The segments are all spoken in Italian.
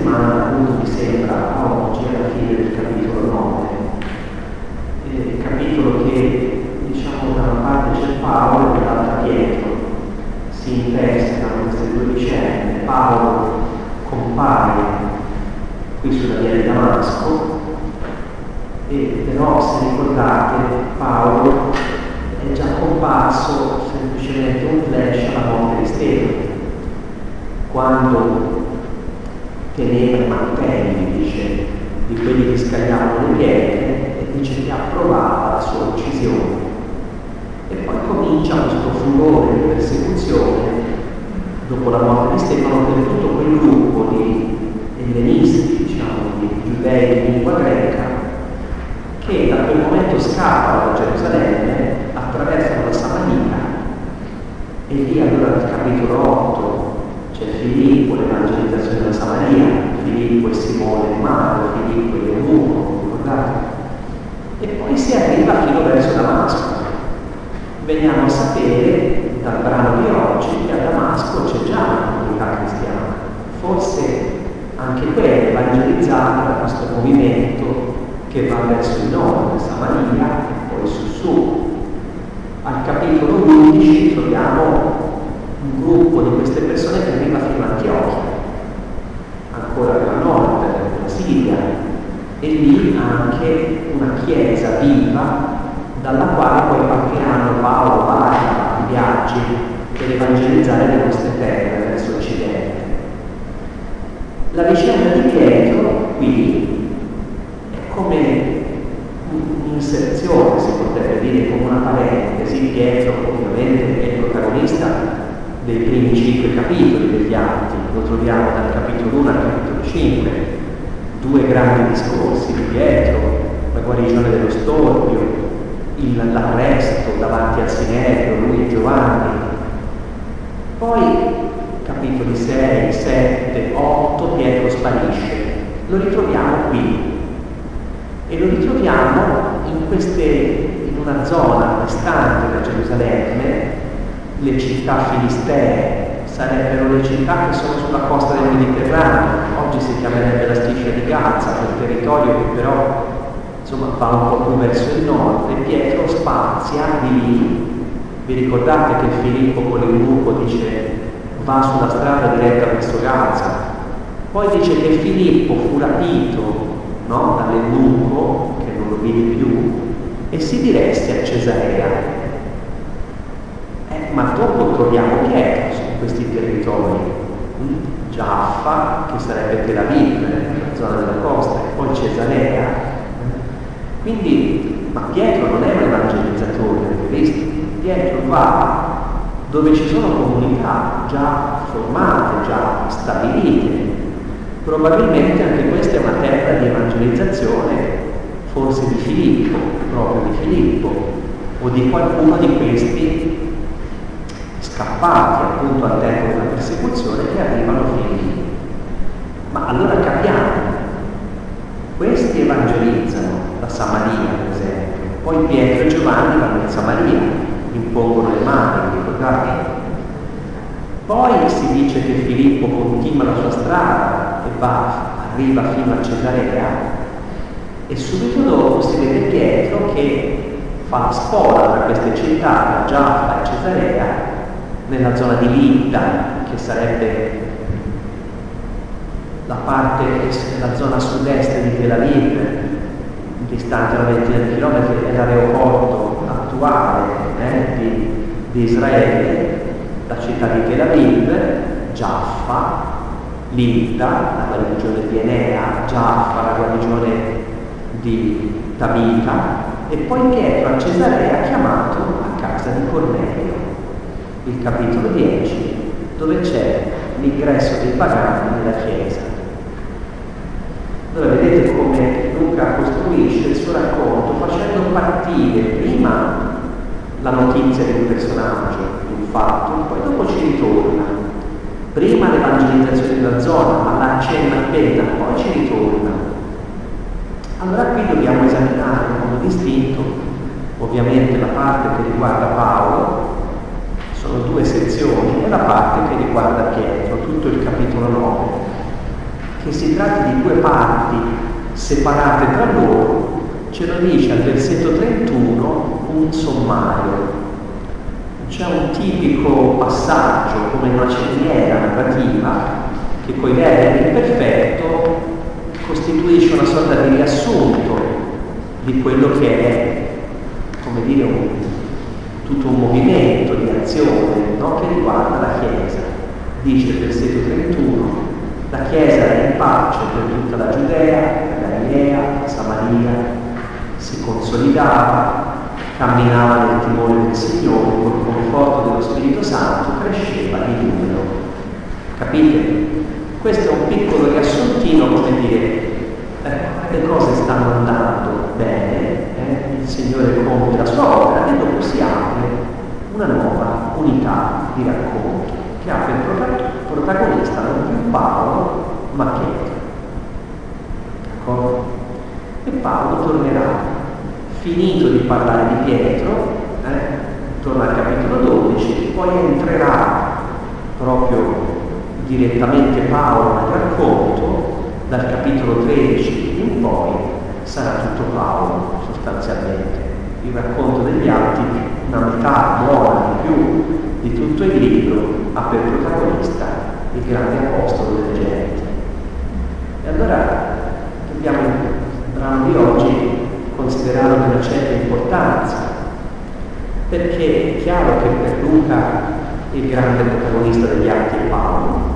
settimana, appunto, mi sembra, a oggi, alla fine del capitolo 9, capitolo che, diciamo, da una parte c'è Paolo e dall'altra Pietro, si intersecano queste due vicende. Paolo compare qui sulla via di Damasco, e però, se ricordate, Paolo è già comparso semplicemente un flash alla morte di Stefano, quando teneva i mantelli, dice, di quelli che scagliavano le pietre, e dice che approvava la sua uccisione. E poi comincia questo furore di persecuzione dopo la morte di Stefano per tutto quel gruppo di ellenisti, diciamo, di giudei di lingua greca, che da quel momento scappano da Gerusalemme, attraversano la Samaria, e lì allora nel capitolo 8 c'è Filippo, l'evangelizzazione della Samaria, Filippo e Simone il Mago, Filippo e l'Eunuco, ricordate? E poi si arriva fino verso Damasco. Veniamo a sapere dal brano di oggi che a Damasco c'è già una comunità cristiana, forse anche quella evangelizzata da questo movimento che va verso il nord, Samaria, e poi su. Al capitolo 11 troviamo un gruppo di queste persone che arriva fino a Antiochia, ancora più a nord, della Siria, e lì anche una chiesa viva dalla quale poi partiranno Paolo, Barnaba, i viaggi per evangelizzare le nostre terre verso l'Occidente. La vicenda di Pietro qui è come un'inserzione, si potrebbe dire, come una parentesi. Pietro ovviamente è il protagonista dei primi 5 capitoli degli Atti, lo troviamo dal capitolo 1 al capitolo 5, 2 grandi discorsi di Pietro, la guarigione dello storpio, l'arresto davanti al Sinedrio, lui e Giovanni. Poi capitoli 6, 7, 8, Pietro sparisce. Lo ritroviamo qui, e lo ritroviamo in una zona distante da Gerusalemme. Le città filistee sarebbero le città che sono sulla costa del Mediterraneo, oggi si chiamerebbe la striscia di Gaza, quel territorio che però, insomma, va un po' più verso il nord, e Pietro spazia di lì. Vi ricordate che Filippo con l'Eunuco dice va sulla strada diretta verso Gaza, poi dice che Filippo fu rapito, no, dall'Eunuco, che non lo vide più, e si diresse a Cesarea. Ma dopo troviamo Pietro su questi territori, Giaffa, che sarebbe Tel Aviv, la zona della costa, e poi Cesarea. Quindi, ma Pietro non è un evangelizzatore, avete visto? Pietro va dove ci sono comunità già formate, già stabilite. Probabilmente anche questa è una terra di evangelizzazione, forse di Filippo, proprio di Filippo, o di qualcuno di questi scappati appunto al tempo della persecuzione, che arrivano fino lì. Ma allora capiamo, questi evangelizzano la Samaria, per esempio, poi Pietro e Giovanni vanno in Samaria, impongono le mani, ricordate? Poi si dice che Filippo continua la sua strada e arriva fino a Cesarea, e subito dopo si vede Pietro che fa la spola tra queste città, Giaffa e Cesarea, nella zona di Lidda, che sarebbe la zona sud-est di Tel Aviv, distante una ventina di chilometri, è l'aeroporto attuale di Israele, la città di Tel Aviv, Giaffa, Lidda, la guarigione di Enea, Giaffa, la guarigione di Tabita, e poi Pietro a Cesarea, chiamato a casa di Cornelio, il capitolo 10, dove c'è l'ingresso dei pagani nella chiesa. Allora vedete come Luca costruisce il suo racconto facendo partire prima la notizia di un personaggio, di un fatto, poi dopo ci ritorna. Prima l'evangelizzazione della zona, ma la accenna appena, poi ci ritorna. Allora qui dobbiamo esaminare in modo distinto, ovviamente, la parte che riguarda Paolo, sono 2 sezioni, e la parte che riguarda Pietro, tutto il capitolo 9, che si tratti di due parti separate tra loro, ce lo dice al versetto 31 un sommario. C'è un tipico passaggio, come una cerniera narrativa, che coi verbi imperfetto costituisce una sorta di riassunto di quello che è, come dire, tutto un movimento di azione, no? Che riguarda la Chiesa. Dice il versetto 31: la Chiesa era in pace per tutta la Giudea, la Galilea, la Samaria, si consolidava, camminava nel timore del Signore, col conforto dello Spirito Santo cresceva di numero. Capite? Questo è un piccolo riassuntino, come dire, le cose stanno andando bene, il Signore compie la sua opera e dopo si apre una nuova unità di racconto che ha per protagonista non più Paolo ma Pietro. D'accordo? E Paolo tornerà, finito di parlare di Pietro, torna al capitolo 12, poi entrerà proprio direttamente Paolo nel racconto, dal capitolo 13 in poi sarà tutto Paolo sostanzialmente. Il racconto degli Atti, una metà buona di più di tutto il libro, ha per protagonista il grande apostolo delle genti. E allora dobbiamo il brano di oggi considerarlo di una certa importanza, perché è chiaro che per Luca il grande protagonista degli Atti è Paolo,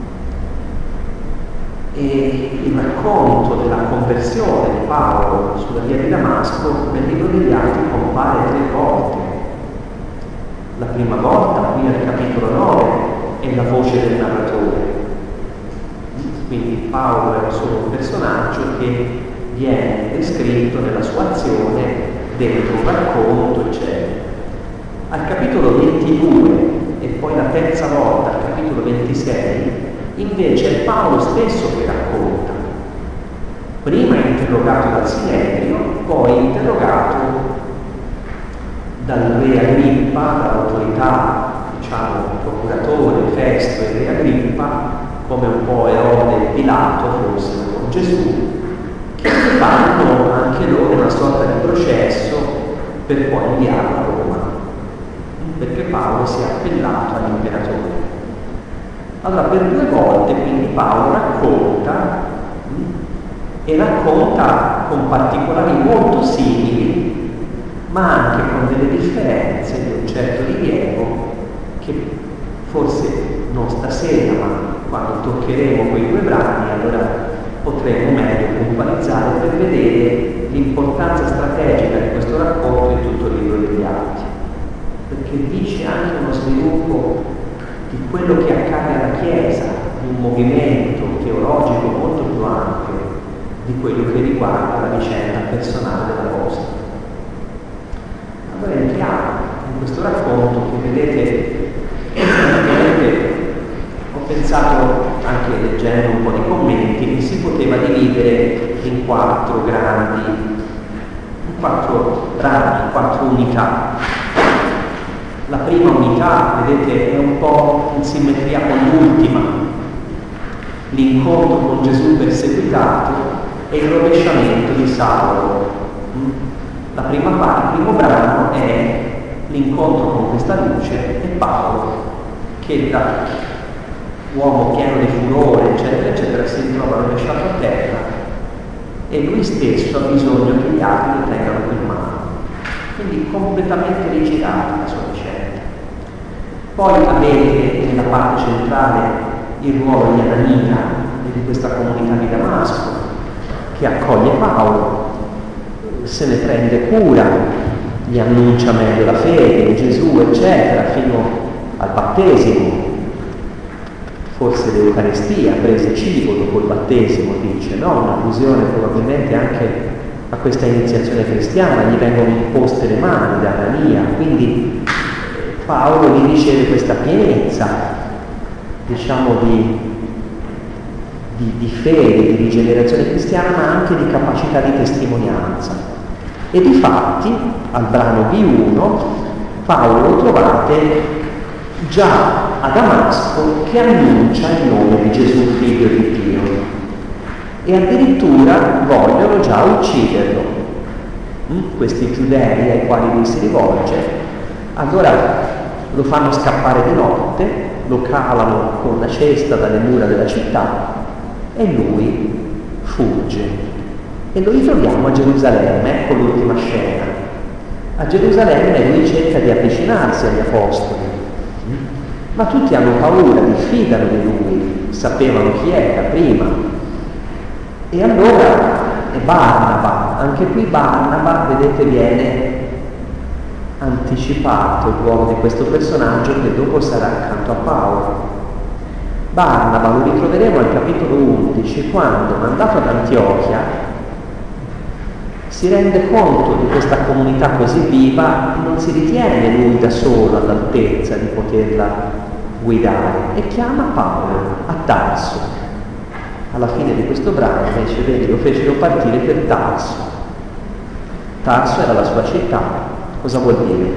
e il racconto della conversione di Paolo sulla via di Damasco nel libro degli Atti compare 3 volte. La prima volta qui al capitolo 9 è la voce del narratore, quindi Paolo era solo un personaggio che viene descritto nella sua azione dentro un racconto, eccetera. Al capitolo 22 e poi la terza volta al capitolo 26 invece è Paolo stesso che racconta. Prima è interrogato dal Sinedrio, poi interrogato dal re Agrippa, dall'autorità, diciamo, procuratore, Festo e re Agrippa, come un po' Erode e Pilato fossero con Gesù, che fanno anche loro una sorta di processo per poi inviarlo a Roma, perché Paolo si è appellato all'imperatore. Allora per 2 volte quindi Paolo racconta e racconta con particolari molto simili, ma anche con delle differenze di un certo rilievo che forse non stasera, ma quando toccheremo quei 2 brani allora potremo meglio puntualizzare per vedere l'importanza strategica di questo racconto in tutto il libro degli Atti, perché dice anche uno sviluppo di quello che accade alla Chiesa, di un movimento teologico molto più ampio di quello che riguarda la vicenda personale dell'Apostolo. Allora entriamo in questo racconto che vedete, ho pensato, anche leggendo un po' di commenti, che si poteva dividere in 4 brani, 4 unità. La prima unità, vedete, è un po' in simmetria con l'ultima, l'incontro con Gesù perseguitato e il rovesciamento di Saulo. La prima parte, il primo brano è l'incontro con questa luce e Paolo che da uomo pieno di furore, eccetera, eccetera, si ritrova rovesciato a terra e lui stesso ha bisogno che gli altri lo tengano in mano. Quindi completamente rigirata la sua vicenda. Poi avete nella parte centrale il ruolo di Anania e di questa comunità di Damasco che accoglie Paolo, se ne prende cura, gli annuncia meglio la fede in Gesù, eccetera, fino al battesimo, forse l'Eucaristia, prese cibo dopo il battesimo, dice, no? Un'allusione probabilmente anche a questa iniziazione cristiana, gli vengono imposte le mani da Anania, quindi Paolo gli riceve questa pienezza, diciamo, di fede, di rigenerazione cristiana, ma anche di capacità di testimonianza. E difatti, al brano B1, Paolo lo trovate già a Damasco che annuncia il nome di Gesù, figlio di Dio. e addirittura vogliono già ucciderlo. Questi giudei ai quali lui si rivolge, allora lo fanno scappare di notte, lo calano con una cesta dalle mura della città e lui fugge. E lo ritroviamo a Gerusalemme, ecco l'ultima scena. A Gerusalemme lui cerca di avvicinarsi agli apostoli, ma tutti hanno paura, diffidano di lui, sapevano chi era prima. E allora è Barnaba, anche qui Barnaba, vedete, viene anticipato il ruolo di questo personaggio che dopo sarà accanto a Paolo. Barnaba lo ritroveremo al capitolo 11, quando, mandato ad Antiochia, si rende conto di questa comunità così viva, non si ritiene lui da solo all'altezza di poterla guidare e chiama Paolo a Tarso. Alla fine di questo brano invece, vedi, lo fecero partire per Tarso. Tarso era la sua città. Cosa vuol dire?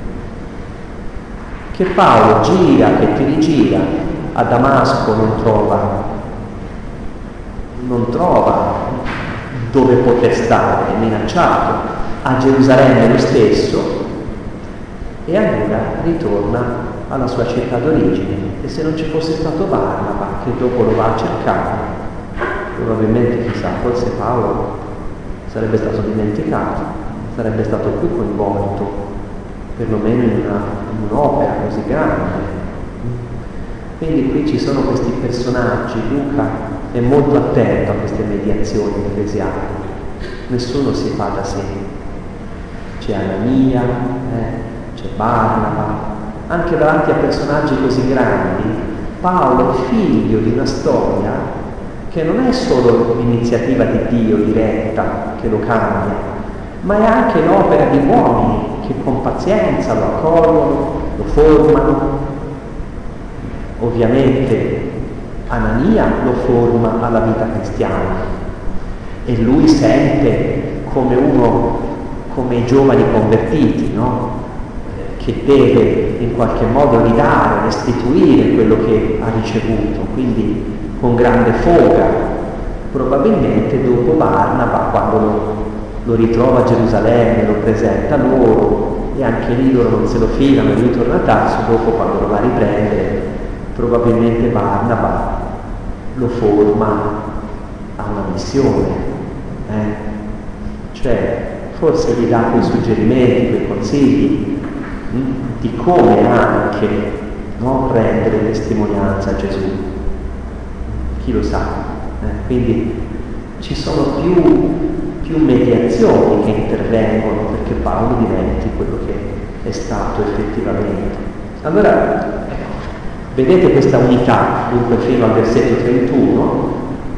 Che Paolo gira, che ti rigira, a Damasco non trova dove poter stare, è minacciato, a Gerusalemme lo stesso, e allora ritorna alla sua città d'origine. E se non ci fosse stato Barnaba, che dopo lo va a cercare, probabilmente, chissà, forse Paolo sarebbe stato dimenticato, sarebbe stato più coinvolto, perlomeno in un'opera così grande. Quindi qui ci sono questi personaggi, Luca è molto attento a queste mediazioni ecclesiali, nessuno si fa da sé. C'è Anania, c'è Barnaba, anche davanti a personaggi così grandi. Paolo è figlio di una storia che non è solo l'iniziativa di Dio diretta che lo cambia, ma è anche l'opera di uomini che con pazienza lo accolgono, lo formano. Ovviamente Anania lo forma alla vita cristiana e lui sente come i giovani convertiti, no? Che deve in qualche modo ridare, restituire quello che ha ricevuto, quindi con grande foga. Probabilmente dopo Barnaba, quando lo ritrova a Gerusalemme, lo presenta loro, e anche lì loro non se lo filano e lui torna a Tarso, dopo quando lo va a riprendere, probabilmente Barnaba lo forma a una missione, cioè forse gli dà quei suggerimenti, quei consigli di come anche rendere testimonianza a Gesù, chi lo sa. Quindi ci sono più mediazioni che intervengono perché Paolo diventi quello che è stato effettivamente. Allora, vedete questa unità, dunque fino al versetto 31,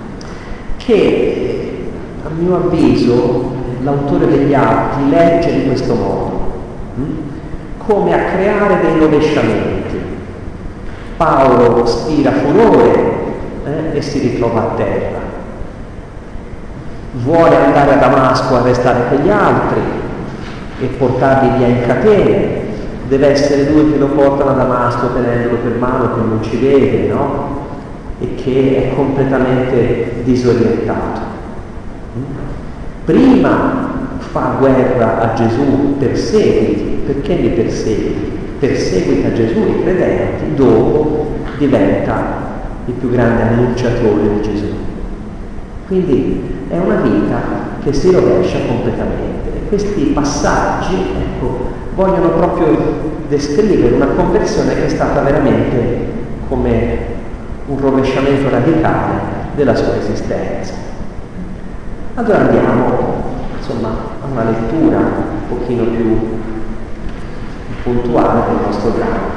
che a mio avviso l'autore degli Atti legge in questo modo, come a creare dei rovesciamenti. Paolo spira furore e si ritrova a terra. Vuole andare a Damasco a restare con gli altri e portarli via in catene. Deve essere lui che lo portano a Damasco tenendolo per mano, che non ci vede, no? E che è completamente disorientato. Prima fa guerra a Gesù, perseguiti. Perché li perseguiti? Perseguita Gesù, i credenti, dopo diventa il più grande annunciatore di Gesù. Quindi è una vita che si rovescia completamente. E questi passaggi, vogliono proprio descrivere una conversione che è stata veramente come un rovesciamento radicale della sua esistenza. Allora andiamo, a una lettura un pochino più puntuale del nostro brano.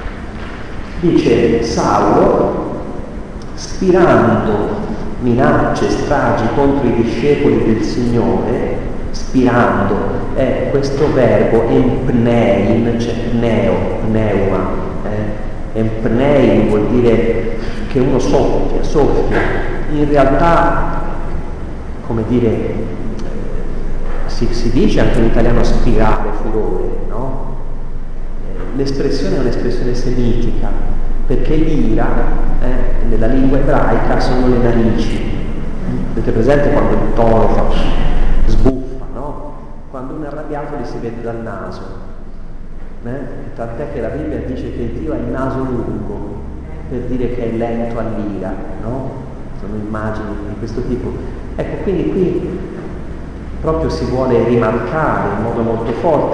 Dice: Saulo, spirando minacce, stragi contro i discepoli del Signore, spirando, è questo verbo empnein, cioè pneuma, empnein vuol dire che uno soffia, in realtà, come dire, si dice anche in italiano spirare furore, no? L'espressione è un'espressione semitica, perché l'ira, nella lingua ebraica, sono le narici. Avete presente quando il toro sbuffa, no? Quando uno è arrabbiato li si vede dal naso, tant'è che la Bibbia dice che Dio ha il naso lungo per dire che è lento all'ira, no? Sono immagini di questo tipo. Ecco, quindi qui proprio si vuole rimarcare in modo molto forte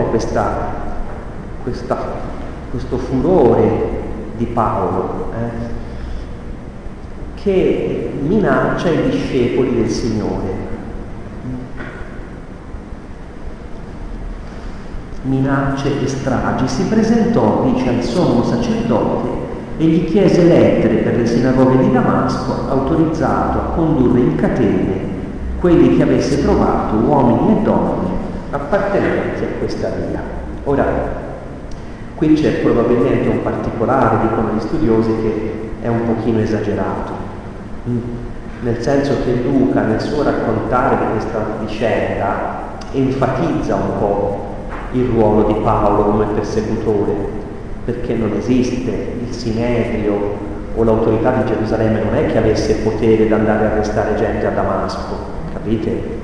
questo furore di Paolo, che minaccia i discepoli del Signore. Minacce e stragi. Si presentò, dice, al sommo sacerdote e gli chiese lettere per le sinagoghe di Damasco, autorizzato a condurre in catene quelli che avesse trovato, uomini e donne appartenenti a questa via. Ora, qui c'è probabilmente un particolare, dicono gli studiosi, che è un pochino esagerato, nel senso che Luca, nel suo raccontare di questa vicenda, enfatizza un po' il ruolo di Paolo come persecutore, perché non esiste il Sinedrio o l'autorità di Gerusalemme, non è che avesse potere di andare a arrestare gente a Damasco, capite?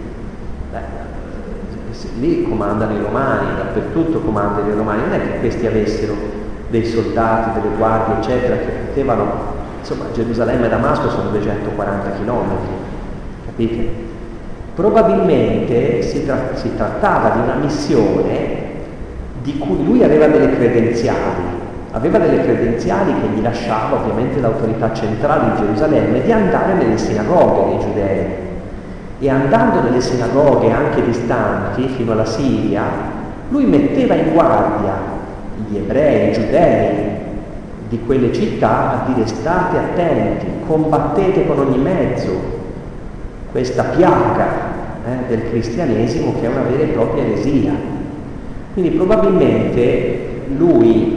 Lì comandano i romani, dappertutto comandano i romani, non è che questi avessero dei soldati, delle guardie, eccetera, che potevano, insomma, Gerusalemme e Damasco sono 240 km, capite? Probabilmente si trattava di una missione di cui lui aveva delle credenziali che gli lasciava ovviamente l'autorità centrale di Gerusalemme di andare nelle sinagoghe dei giudei, e andando nelle sinagoghe anche distanti fino alla Siria, lui metteva in guardia gli ebrei, i giudei di quelle città a dire: state attenti, combattete con ogni mezzo questa piaga del cristianesimo, che è una vera e propria eresia. Quindi probabilmente lui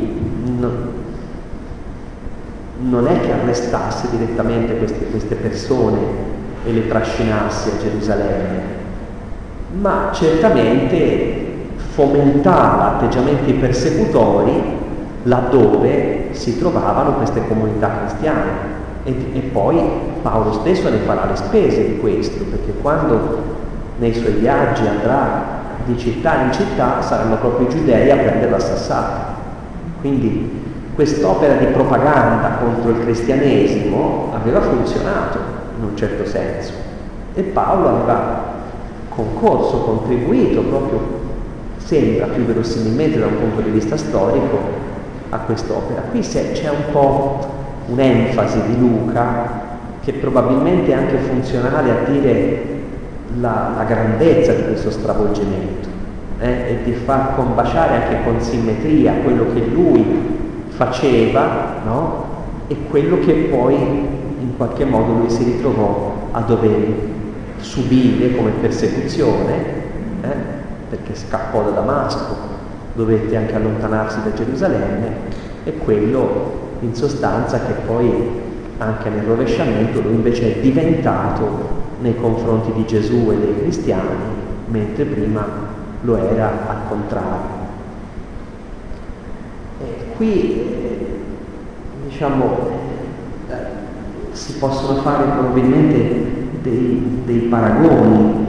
non è che arrestasse direttamente queste persone e le trascinasse a Gerusalemme, ma certamente fomentava atteggiamenti persecutori laddove si trovavano queste comunità cristiane, e poi Paolo stesso ne farà le spese di questo, perché quando nei suoi viaggi andrà di città in città saranno proprio i giudei a prenderlo a sassate. Quindi quest'opera di propaganda contro il cristianesimo aveva funzionato in un certo senso, e Paolo aveva contribuito proprio, sembra più verosimilmente da un punto di vista storico, a quest'opera. Qui c'è un po' un'enfasi di Luca che probabilmente è anche funzionale a dire la grandezza di questo stravolgimento, e di far combaciare anche con simmetria quello che lui faceva, no? E quello che poi in qualche modo lui si ritrovò a dover subire come persecuzione, perché scappò da Damasco, dovette anche allontanarsi da Gerusalemme, e quello in sostanza che poi anche nel rovesciamento lui invece è diventato nei confronti di Gesù e dei cristiani, mentre prima lo era al contrario. Qui si possono fare probabilmente dei paragoni.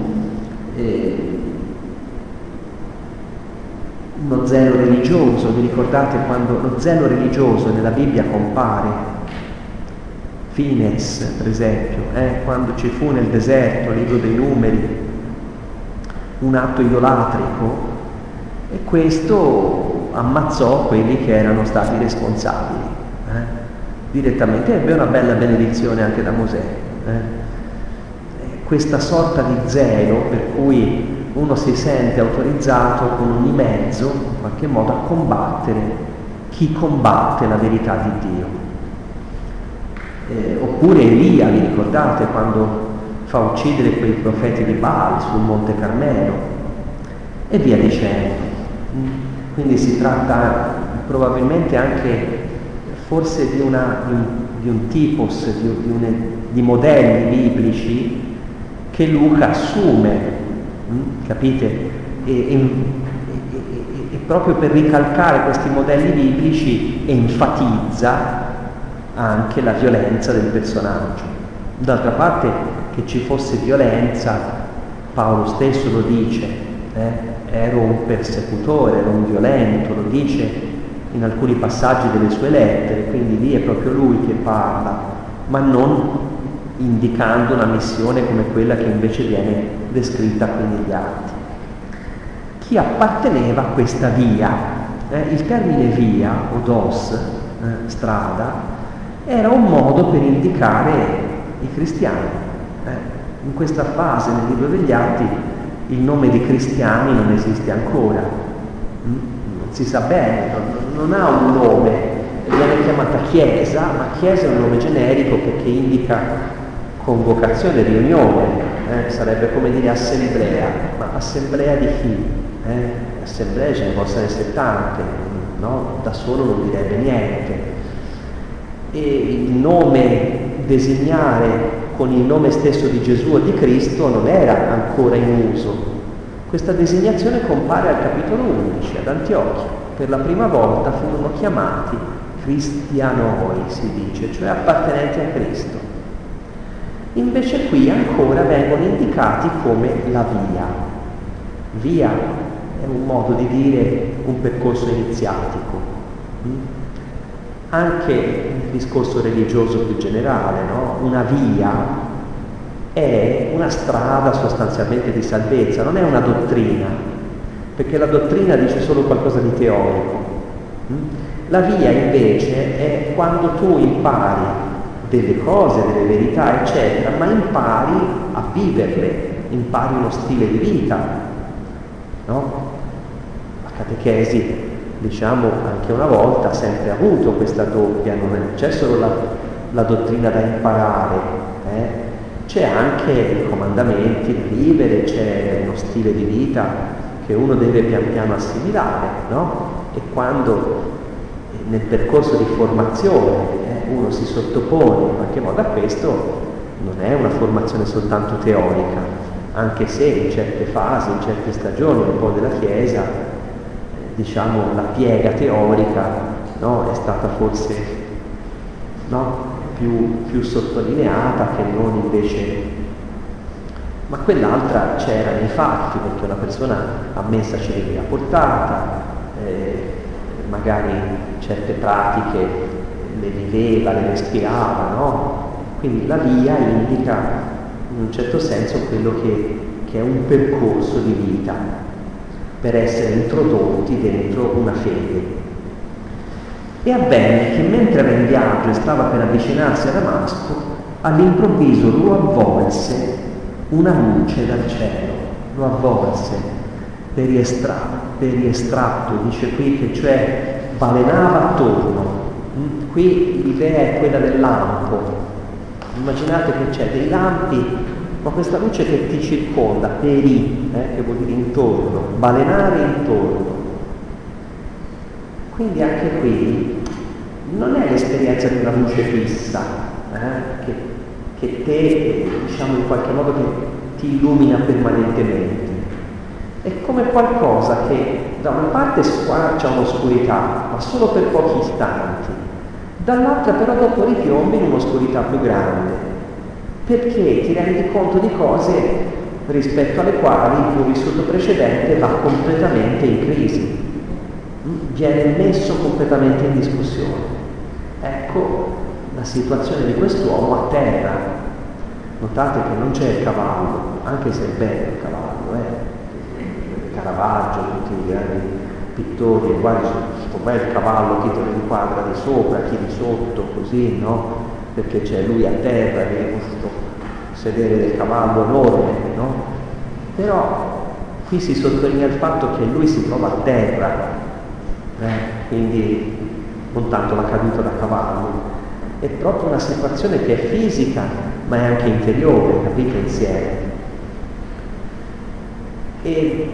Uno zelo religioso, vi ricordate quando lo zelo religioso nella Bibbia compare? Fines, per esempio, quando ci fu nel deserto, libro dei Numeri, un atto idolatrico, e questo ammazzò quelli che erano stati responsabili direttamente, ebbe una bella benedizione anche da Mosè. Questa sorta di zelo per cui uno si sente autorizzato con ogni mezzo in qualche modo a combattere chi combatte la verità di Dio. Oppure Elia, vi ricordate quando fa uccidere quei profeti di Baal sul Monte Carmelo, e via dicendo. Quindi si tratta probabilmente anche forse di un typos, di modelli biblici che Luca assume, capite? E proprio per ricalcare questi modelli biblici enfatizza anche la violenza del personaggio. D'altra parte che ci fosse violenza, Paolo stesso lo dice, ero un persecutore, ero un violento, lo dice in alcuni passaggi delle sue lettere, quindi lì è proprio lui che parla, ma non indicando una missione come quella che invece viene descritta qui negli Atti. Chi apparteneva a questa via, il termine via, odos, strada, era un modo per indicare i cristiani. In questa fase nel libro degli Atti il nome di cristiani non esiste ancora, non si sa bene, non ha un nome, viene chiamata chiesa, ma chiesa è un nome generico perché indica convocazione, riunione, sarebbe come dire assemblea, ma assemblea di chi? Assemblea ce ne possono essere tante, no? Da solo non direbbe niente. E il nome designare con il nome stesso di Gesù o di Cristo non era ancora in uso. Questa designazione compare al capitolo 11 ad Antiochia. Per la prima volta furono chiamati cristianoi, si dice, cioè appartenenti a Cristo. Invece qui ancora vengono indicati come la via. Via è un modo di dire un percorso iniziatico. Anche il discorso religioso più generale, no? Una via è una strada sostanzialmente di salvezza, non è una dottrina, perché la dottrina dice solo qualcosa di teorico. La via invece è quando tu impari delle cose, delle verità, eccetera, ma impari a viverle, impari uno stile di vita, no? La catechesi, diciamo, anche una volta ha sempre avuto questa doppia, non c'è solo la dottrina da imparare, c'è anche i comandamenti da vivere, c'è uno stile di vita che uno deve pian piano assimilare, no? E quando nel percorso di formazione uno si sottopone in qualche modo a questo, non è una formazione soltanto teorica, anche se in certe fasi, in certe stagioni un po' della Chiesa, diciamo, la piega teorica, no, è stata forse, no, più sottolineata che non invece, ma quell'altra c'era nei fatti, perché una persona ammessa ci veniva portata, magari certe pratiche le viveva, le respirava, no? Quindi la via indica in un certo senso quello che è un percorso di vita per essere introdotti dentro una fede. E avvenne che mentre era in viaggio e stava per avvicinarsi a Damasco, all'improvviso lo avvolse una luce dal cielo, lo avvolse per estratto, dice qui che cioè balenava attorno. Qui l'idea è quella del lampo. Immaginate che c'è dei lampi, ma questa luce che ti circonda, peri, che vuol dire intorno, balenare intorno. Quindi anche qui non è l'esperienza di una luce fissa, che te, diciamo, in qualche modo ti illumina permanentemente. È come qualcosa che da una parte squarcia un'oscurità, ma solo per pochi istanti, dall'altra però dopo ripiombi in un'oscurità più grande, perché ti rendi conto di cose rispetto alle quali il tuo vissuto precedente va completamente in crisi, viene messo completamente in discussione. Ecco la situazione di quest'uomo a terra. Notate che non c'è il cavallo, anche se è bello il cavallo, Caravaggio, tutti i grandi pittori uguali, questo bel cavallo, chi te lo inquadra di sopra, chi di sotto, così, no? Perché c'è lui a terra, vedi questo sedere del cavallo enorme, no? Però qui si sottolinea il fatto che lui si trova a terra, quindi non tanto la caduta da cavallo, è proprio una situazione che è fisica ma è anche interiore, capite insieme. E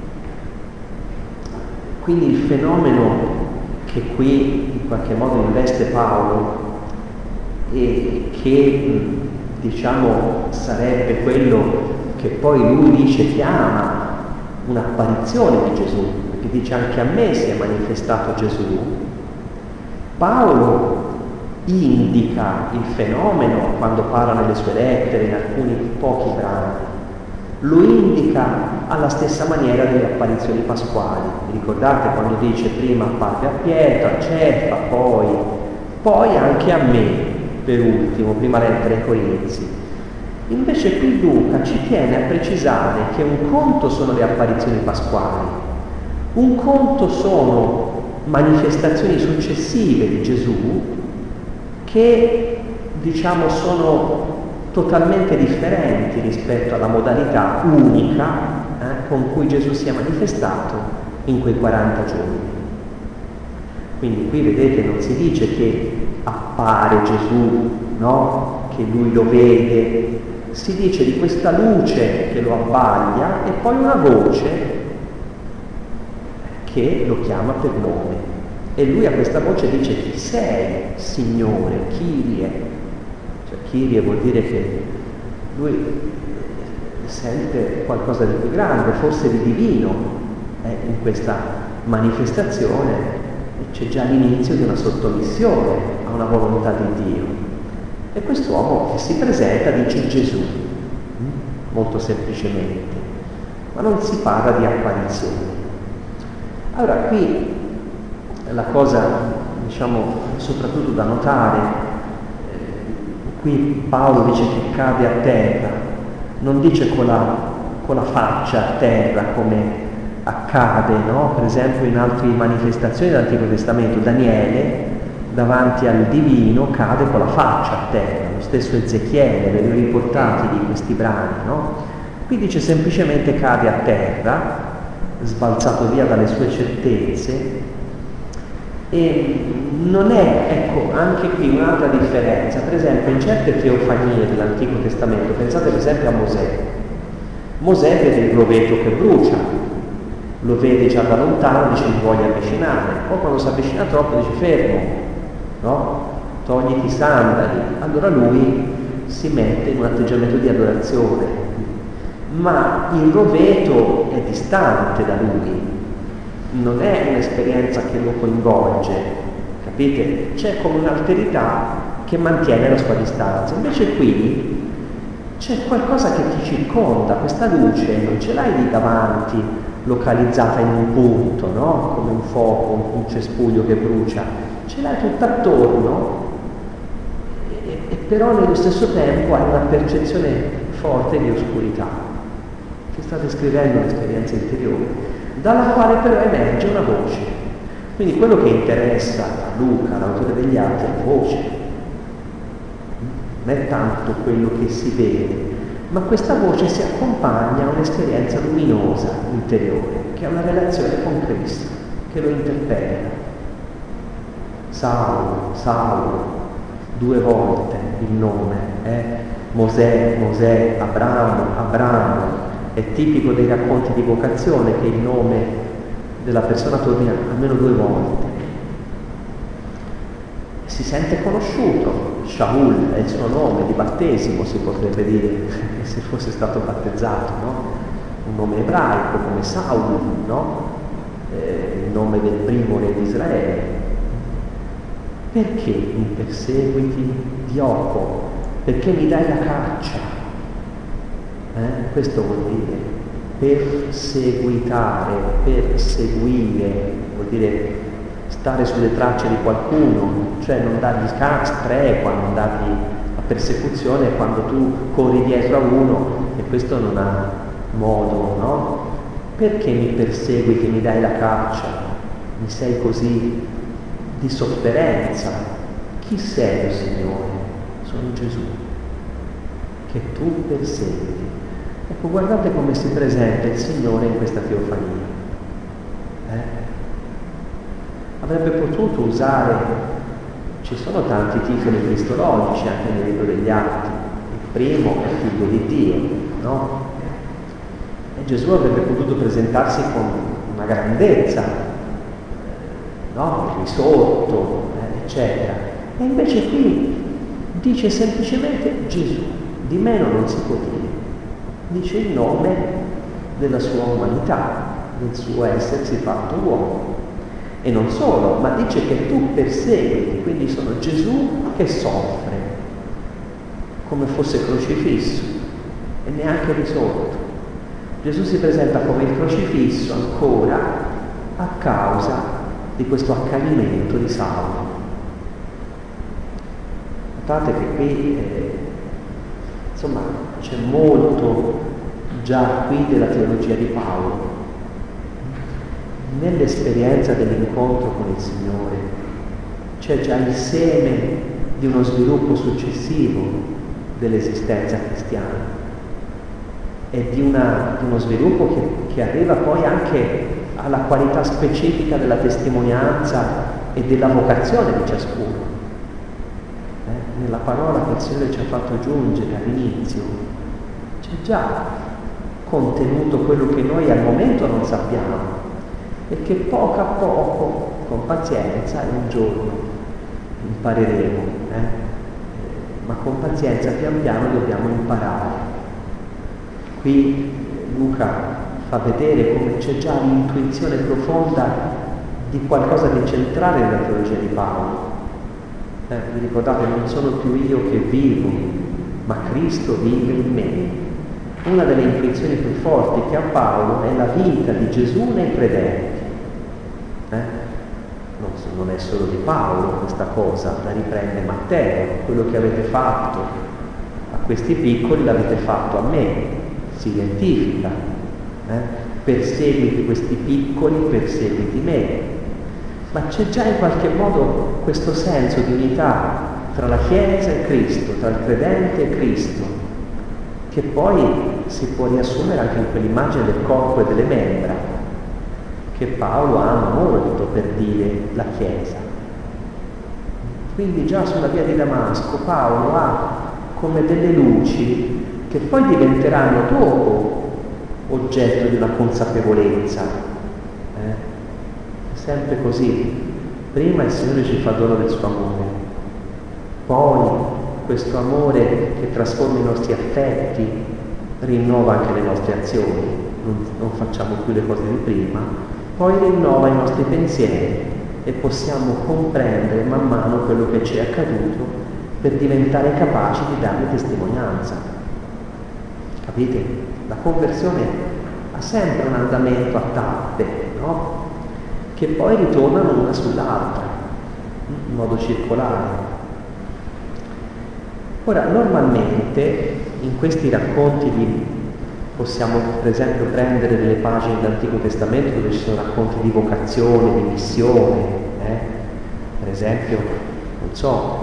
quindi il fenomeno che qui in qualche modo investe Paolo e che diciamo sarebbe quello che poi lui dice chiama un'apparizione di Gesù, perché dice anche a me si è manifestato Gesù. Paolo indica il fenomeno quando parla nelle sue lettere, in alcuni pochi brani, lo indica alla stessa maniera delle apparizioni pasquali. Vi ricordate quando dice prima apparve a Pietro, a Ceffa, poi anche a me, per ultimo, prima lettera ai Corinzi. Invece qui Luca ci tiene a precisare che un conto sono le apparizioni pasquali, un conto sono manifestazioni successive di Gesù che, diciamo, sono totalmente differenti rispetto alla modalità unica con cui Gesù si è manifestato in quei 40 giorni. Quindi qui vedete non si dice che appare Gesù, no? Che lui lo vede, si dice di questa luce che lo abbaglia e poi una voce che lo chiama per nome. E lui a questa voce dice: chi sei, Signore, Kyrie? Cioè Kyrie vuol dire che lui sente qualcosa di più grande, forse di divino, in questa manifestazione c'è già l'inizio di una sottomissione a una volontà di Dio. E quest'uomo che si presenta dice Gesù, molto semplicemente, ma non si parla di apparizioni. Allora qui la cosa, diciamo, soprattutto da notare, qui Paolo dice che cade a terra, non dice con la faccia a terra come accade, no? Per esempio in altre manifestazioni dell'Antico Testamento, Daniele davanti al divino cade con la faccia a terra, lo stesso Ezechiele, ve li ho riportati di questi brani, no? Qui dice semplicemente cade a terra, sbalzato via dalle sue certezze. E non è, ecco, anche qui un'altra differenza. Per esempio in certe teofanie dell'Antico Testamento, pensate per esempio a Mosè. Mosè vede il roveto che brucia, lo vede già da lontano, dice mi voglio avvicinare, poi quando si avvicina troppo dice fermo, no? Togliti i sandali. Allora lui si mette in un atteggiamento di adorazione, ma il roveto è distante da lui, non è un'esperienza che lo coinvolge, capite? C'è come un'alterità che mantiene la sua distanza. Invece qui c'è qualcosa che ti circonda, questa luce non ce l'hai lì davanti, localizzata in un punto, no? Come un fuoco, un cespuglio che brucia, ce l'hai tutto attorno e però nello stesso tempo hai una percezione forte di oscurità, che sta descrivendo un'esperienza interiore, dalla quale però emerge una voce. Quindi quello che interessa a Luca, l'autore degli Atti, è la voce, non è tanto quello che si vede, ma questa voce si accompagna a un'esperienza luminosa, interiore, che è una relazione con Cristo, che lo interpella. Saulo, Saulo, 2 volte il nome, Mosè, Mosè, Abramo, Abramo. È tipico dei racconti di vocazione che il nome della persona torni almeno 2 volte. Si sente conosciuto, Shaul è il suo nome di battesimo, si potrebbe dire, se fosse stato battezzato, no? Un nome ebraico come Saul, no? Il nome del primo re di Israele. Perché mi perseguiti, Dioco? Perché mi dai la caccia? Questo vuol dire perseguitare, perseguire, vuol dire stare sulle tracce di qualcuno, cioè non dargli tregua, non dargli la persecuzione quando tu corri dietro a uno e questo non ha modo, no? Perché mi perseguiti, mi dai la caccia, mi sei così di sofferenza? Chi sei, Signore? Sono Gesù, che tu persegui. Ecco, guardate come si presenta il Signore in questa teofania. Avrebbe potuto usare, ci sono tanti titoli cristologici anche nel libro degli Atti, il primo è figlio di Dio, no? E Gesù avrebbe potuto presentarsi con una grandezza, no? Il risorto, eccetera. E invece qui dice semplicemente Gesù, di meno non si può dire. Dice il nome della sua umanità, del suo essersi fatto uomo. E non solo, ma dice che tu perseguiti, quindi sono Gesù che soffre, come fosse crocifisso, e neanche risorto. Gesù si presenta come il crocifisso ancora a causa di questo accanimento di Saulo. Notate che qui, insomma, c'è molto già qui della teologia di Paolo, nell'esperienza dell'incontro con il Signore. C'è già il seme di uno sviluppo successivo dell'esistenza cristiana e di uno sviluppo che arriva poi anche alla qualità specifica della testimonianza e della vocazione di ciascuno. Nella parola che il Signore ci ha fatto giungere all'inizio c'è già contenuto quello che noi al momento non sappiamo e che poco a poco, con pazienza, un giorno impareremo, ma con pazienza pian piano dobbiamo imparare. Qui Luca fa vedere come c'è già l'intuizione profonda di qualcosa di centrale nella teologia di Paolo. Vi ricordate, non sono più io che vivo, ma Cristo vive in me. Una delle intuizioni più forti che ha Paolo è la vita di Gesù nei credenti. Non è solo di Paolo questa cosa, la riprende Matteo: quello che avete fatto a questi piccoli l'avete fatto a me, si identifica. Perseguiti questi piccoli, perseguiti me. Ma c'è già in qualche modo questo senso di unità tra la Chiesa e Cristo, tra il credente e Cristo, che poi si può riassumere anche in quell'immagine del corpo e delle membra che Paolo ama molto per dire la Chiesa. Quindi già sulla via di Damasco Paolo ha come delle luci che poi diventeranno dopo oggetto di una consapevolezza. È sempre così. Prima il Signore ci fa dono del suo amore, poi questo amore che trasforma i nostri affetti rinnova anche le nostre azioni, non facciamo più le cose di prima, poi rinnova i nostri pensieri e possiamo comprendere man mano quello che ci è accaduto per diventare capaci di darne testimonianza. Capite? La conversione ha sempre un andamento a tappe, no? Che poi ritornano una sull'altra, in modo circolare. Ora, normalmente in questi racconti possiamo per esempio prendere delle pagine dell'Antico Testamento dove ci sono racconti di vocazione, di missione, per esempio, non so,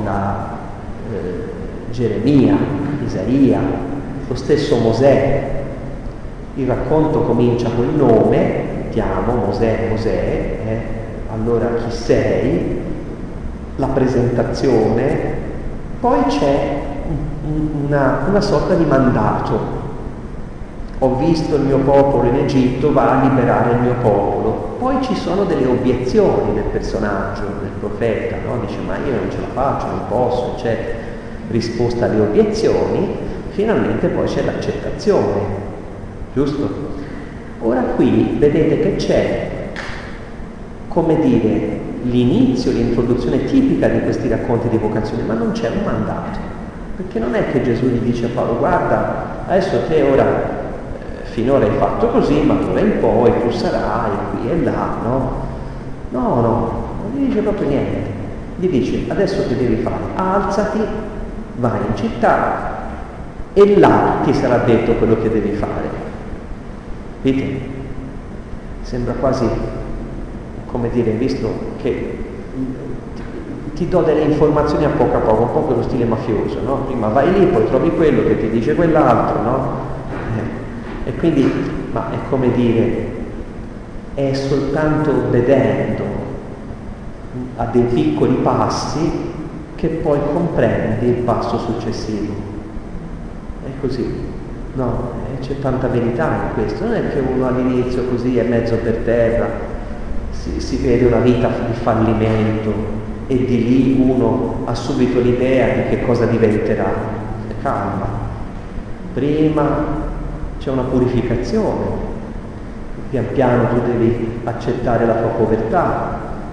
Geremia, Isaia, lo stesso Mosè. Il racconto comincia col nome, mettiamo Mosè, allora chi sei, la presentazione, poi c'è una sorta di mandato. Ho visto il mio popolo in Egitto, va a liberare il mio popolo. Poi ci sono delle obiezioni del personaggio, del profeta, no? Dice: ma io non ce la faccio, non posso, c'è risposta alle obiezioni, finalmente poi c'è l'accettazione, giusto? Ora qui vedete che c'è, come dire, l'inizio, l'introduzione tipica di questi racconti di vocazione, ma non c'è un mandato, perché non è che Gesù gli dice a Paolo: guarda, adesso te ora finora hai fatto così, ma d'ora in poi tu sarai qui e là, no? No, non gli dice proprio niente. Gli dice: adesso che devi fare? Alzati, vai in città e là ti sarà detto quello che devi fare. Vedete? Sembra quasi, come dire, visto che ti do delle informazioni a poco, un po' quello stile mafioso, no? Prima vai lì, poi trovi quello che ti dice quell'altro, no? E quindi, ma è come dire, è soltanto obbedendo a dei piccoli passi che poi comprendi il passo successivo. È così, no? C'è tanta verità in questo. Non è che uno all'inizio così è mezzo per terra, si vede una vita di fallimento e di lì uno ha subito l'idea di che cosa diventerà. Calma, prima c'è una purificazione, pian piano tu devi accettare la tua povertà,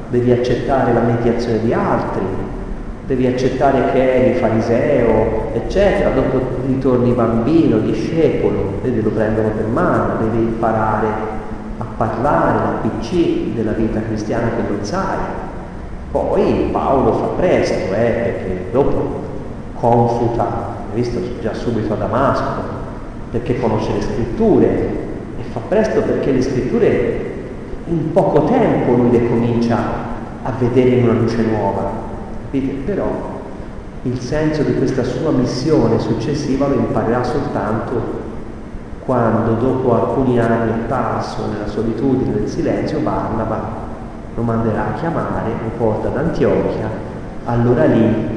devi accettare la mediazione di altri, devi accettare che eri fariseo, eccetera, dopo ritorni bambino, discepolo, vedi, lo prendono per mano, devi imparare a parlare, l'ABC della vita cristiana che non sai. Poi Paolo fa presto, perché dopo confuta, hai visto, già subito a Damasco, perché conosce le scritture, e fa presto perché le scritture in poco tempo lui le comincia a vedere in una luce nuova, capite? Però il senso di questa sua missione successiva lo imparerà soltanto quando, dopo alcuni anni apparso nella solitudine, nel silenzio, Barnaba lo manderà a chiamare, lo porta ad Antiochia. Allora lì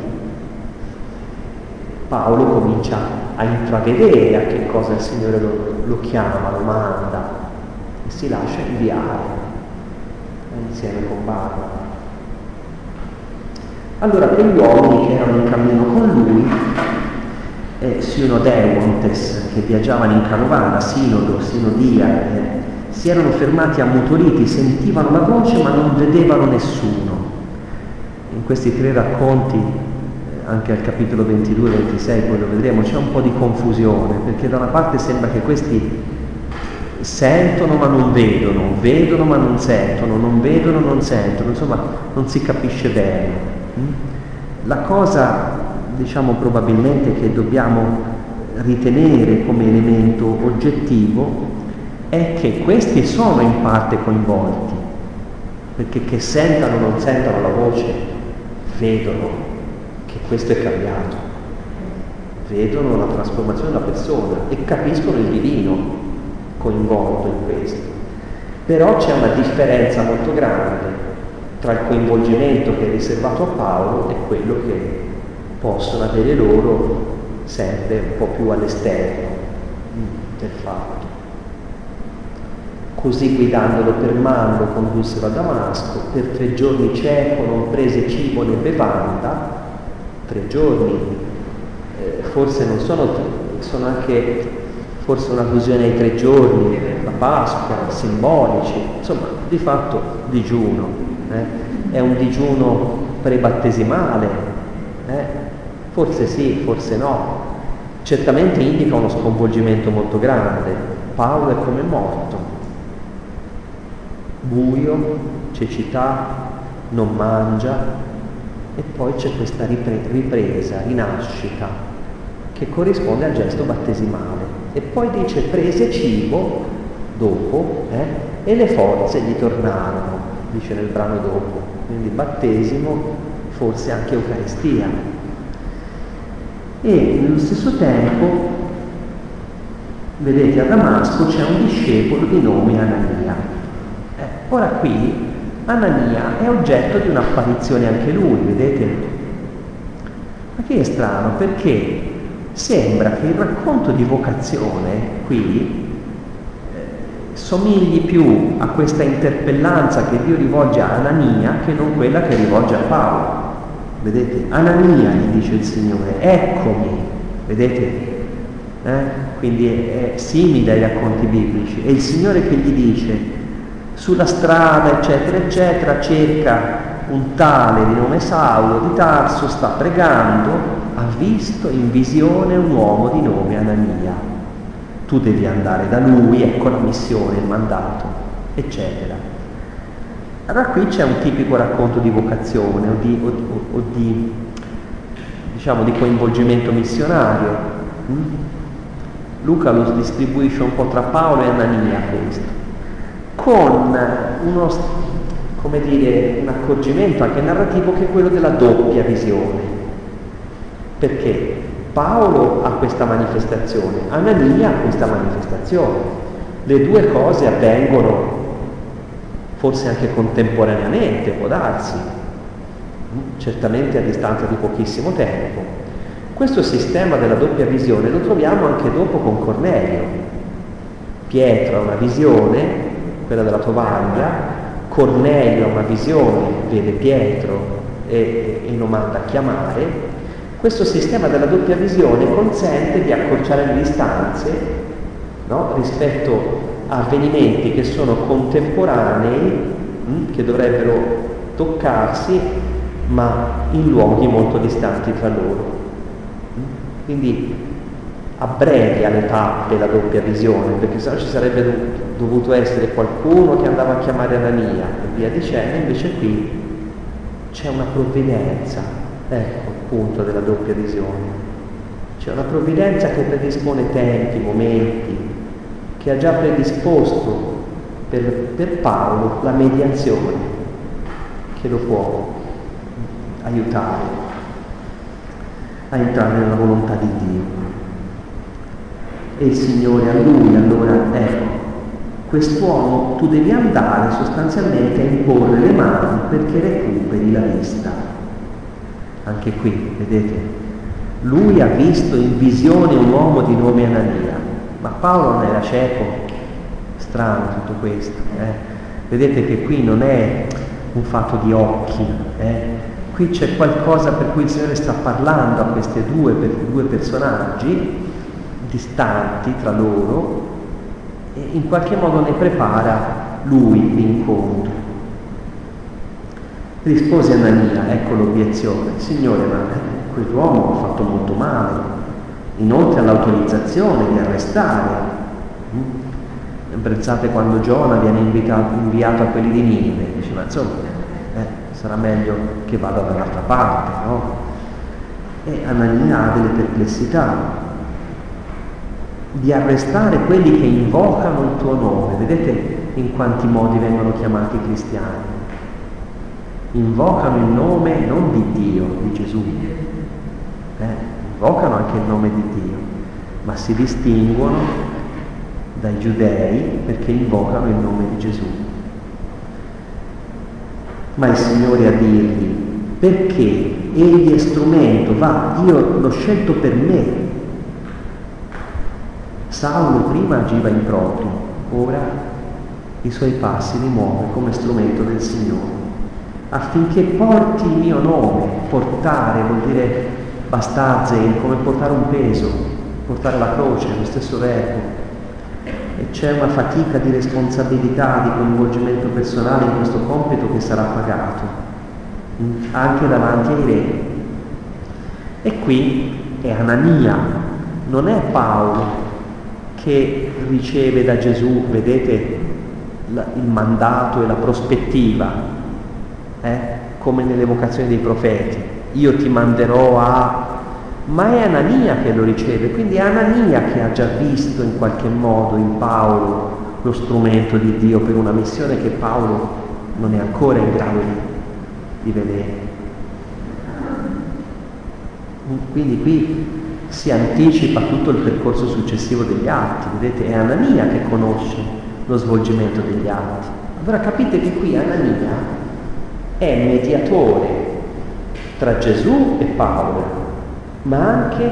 Paolo comincia a intravedere a che cosa il Signore lo chiama, lo manda, e si lascia inviare insieme con Barnaba. Allora quegli uomini che erano in cammino con lui, Sinodeuontes, che viaggiavano in carovana, Sinodia, si erano fermati ammutoliti, sentivano la voce ma non vedevano nessuno. In questi tre racconti, anche al capitolo 22-26, poi lo vedremo, c'è un po' di confusione, perché da una parte sembra che questi sentono ma non vedono, vedono ma non sentono, non vedono, non sentono, insomma non si capisce bene. La cosa, diciamo, probabilmente che dobbiamo ritenere come elemento oggettivo è che questi sono in parte coinvolti, perché che sentano o non sentano la voce, vedono che questo è cambiato, vedono la trasformazione della persona e capiscono il divino coinvolto in questo. Però c'è una differenza molto grande tra il coinvolgimento che è riservato a Paolo e quello che possono avere loro sempre un po' più all'esterno del fatto. Così, guidandolo per mano, lo condussero a Damasco. Per 3 giorni cieco, non prese cibo né bevanda. 3 giorni, forse non sono anche forse un'allusione ai 3 giorni, la Pasqua, simbolici, insomma, di fatto digiuno. È un digiuno prebattesimale, forse sì, forse no. Certamente indica uno sconvolgimento molto grande. Paolo è come morto, buio, cecità, non mangia, e poi c'è questa ripresa, rinascita, che corrisponde al gesto battesimale. E poi dice: prese cibo dopo, e le forze gli tornarono, dice nel brano dopo. Quindi battesimo, forse anche Eucaristia. E nello stesso tempo, vedete, a Damasco c'è un discepolo di nome Anania. Ora qui Anania è oggetto di un'apparizione anche lui, vedete? Ma che è strano, perché sembra che il racconto di vocazione qui somigli più a questa interpellanza che Dio rivolge a Anania che non quella che rivolge a Paolo. Vedete? Anania, gli dice il Signore, eccomi, vedete? Quindi è simile ai racconti biblici. È il Signore che gli dice: sulla strada, eccetera, eccetera, cerca un tale di nome Saulo di Tarso, sta pregando, ha visto in visione un uomo di nome Anania. Tu devi andare da lui, ecco la missione, il mandato, eccetera. Allora qui c'è un tipico racconto di vocazione o di diciamo di coinvolgimento missionario. Luca lo distribuisce un po' tra Paolo e Anania questo, con uno, come dire, un accorgimento anche narrativo che è quello della doppia visione. Perché Paolo ha questa manifestazione, Anania ha questa manifestazione. Le due cose avvengono forse anche contemporaneamente, può darsi, certamente a distanza di pochissimo tempo. Questo sistema della doppia visione lo troviamo anche dopo con Cornelio. Pietro ha una visione, quella della tovaglia, Cornelio ha una visione, vede Pietro e lo manda a chiamare. Questo sistema della doppia visione consente di accorciare le distanze, no? Rispetto a avvenimenti che sono contemporanei, che dovrebbero toccarsi, ma in luoghi molto distanti tra loro. Quindi abbrevia le tappe la doppia visione, perché sennò ci sarebbe dovuto essere qualcuno che andava a chiamare Anania e via dicendo. Invece qui c'è una provvidenza, ecco il punto della doppia visione. C'è una provvidenza che predispone tempi, momenti, che ha già predisposto per Paolo la mediazione che lo può aiutare a entrare nella volontà di Dio. E il Signore a lui, allora, ecco, quest'uomo tu devi andare sostanzialmente a imporre le mani perché recuperi la vista. Anche qui, vedete, lui ha visto in visione un uomo di nome Anania, ma Paolo non era cieco. Strano tutto questo, Vedete che qui non è un fatto di occhi, Qui c'è qualcosa per cui il Signore sta parlando a questi due personaggi distanti tra loro e in qualche modo ne prepara lui l'incontro. Rispose Anania, ecco l'obiezione: Signore, ma quell'uomo ha fatto molto male, inoltre ha l'autorizzazione di arrestare. Apprezzate quando Giona viene inviato a quelli di Ninive, dice: ma insomma, sarà meglio che vada dall'altra parte, no? E Anania ha delle perplessità di arrestare quelli che invocano il tuo nome. Vedete in quanti modi vengono chiamati i cristiani? Invocano il nome non di Dio, di Gesù, invocano anche il nome di Dio, ma si distinguono dai giudei perché invocano il nome di Gesù. Ma il Signore a dirgli: perché egli è strumento, io l'ho scelto per me. Saulo prima agiva in proprio, ora i suoi passi li muove come strumento del Signore, affinché porti il mio nome. Portare vuol dire bastaze, come portare un peso, portare la croce, lo stesso verbo. E c'è una fatica di responsabilità, di coinvolgimento personale in questo compito che sarà pagato, anche davanti ai re. E qui è Anania, non è Paolo che riceve da Gesù, vedete, il mandato e la prospettiva, come nelle vocazioni dei profeti: io ti manderò a... Ma è Anania che lo riceve, quindi è Anania che ha già visto in qualche modo in Paolo lo strumento di Dio per una missione che Paolo non è ancora in grado di vedere. Quindi qui si anticipa tutto il percorso successivo degli atti, vedete, è Anania che conosce lo svolgimento degli atti. Allora capite che qui Anania è mediatore tra Gesù e Paolo, ma anche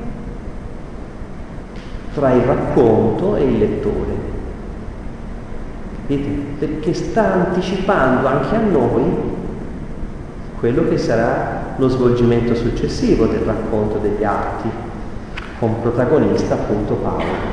tra il racconto e il lettore. Capite? Perché sta anticipando anche a noi quello che sarà lo svolgimento successivo del racconto degli atti, con protagonista appunto Paolo.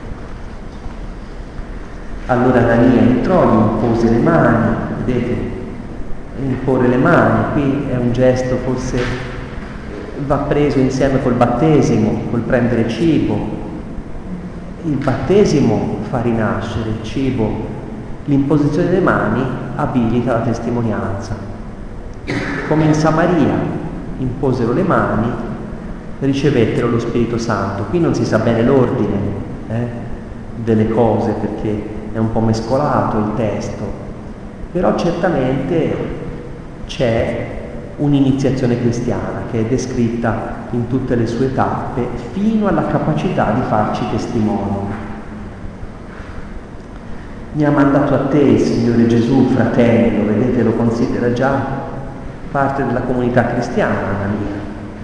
Allora Anania entrò, gli impose le mani, vedete, imporre le mani, qui è un gesto forse va preso insieme col battesimo, col prendere cibo. Il battesimo fa rinascere, il cibo, l'imposizione delle mani abilita la testimonianza. Come in Samaria imposero le mani, ricevettero lo Spirito Santo. Qui non si sa bene l'ordine delle cose perché è un po' mescolato il testo, però certamente c'è un'iniziazione cristiana che è descritta in tutte le sue tappe fino alla capacità di farci testimoni. Mi ha mandato a te il Signore Gesù, fratello, vedete, lo considera già parte della comunità cristiana, Anania.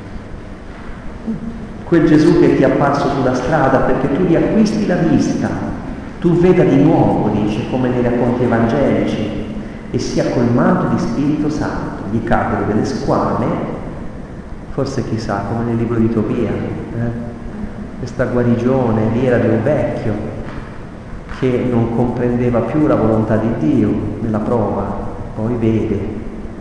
Quel Gesù che ti è apparso sulla strada perché tu riacquisti la vista, tu veda di nuovo, dice, come nei racconti evangelici, e sia colmato di Spirito Santo. Gli caddero delle squame, forse chissà, come nel libro di Tobia, questa guarigione lì era di un vecchio che non comprendeva più la volontà di Dio nella prova, poi vede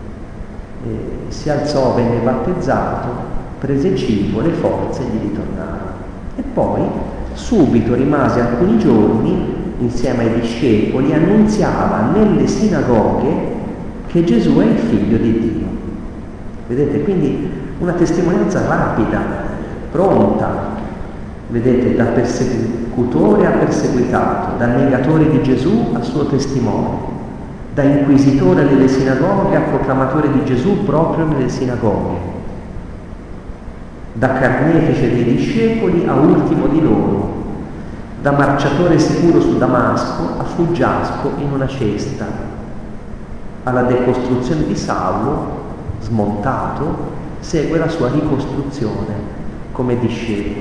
si alzò, venne battezzato, prese cibo, le forze gli ritornarono. E poi subito rimase alcuni giorni insieme ai discepoli, annunziava nelle sinagoghe che Gesù è il figlio di Dio. Vedete, quindi una testimonianza rapida, pronta, vedete, da persecutore a perseguitato, da negatore di Gesù a suo testimone, da inquisitore nelle sinagoghe a proclamatore di Gesù proprio nelle sinagoghe, da carnefice dei discepoli a ultimo di loro, da marciatore sicuro su Damasco a fuggiasco in una cesta, alla decostruzione di Saulo, smontato, segue la sua ricostruzione come discepolo.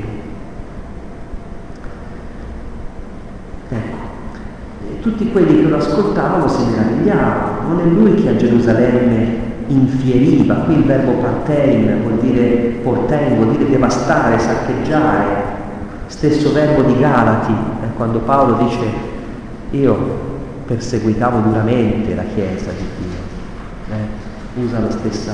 Ecco, e tutti quelli che lo ascoltavano si meravigliavano. Non è lui che a Gerusalemme infieriva, qui il verbo partein vuol dire porten, vuol dire devastare, saccheggiare, stesso verbo di Galati, quando Paolo dice io perseguitavo duramente la Chiesa di Dio, usa la stessa,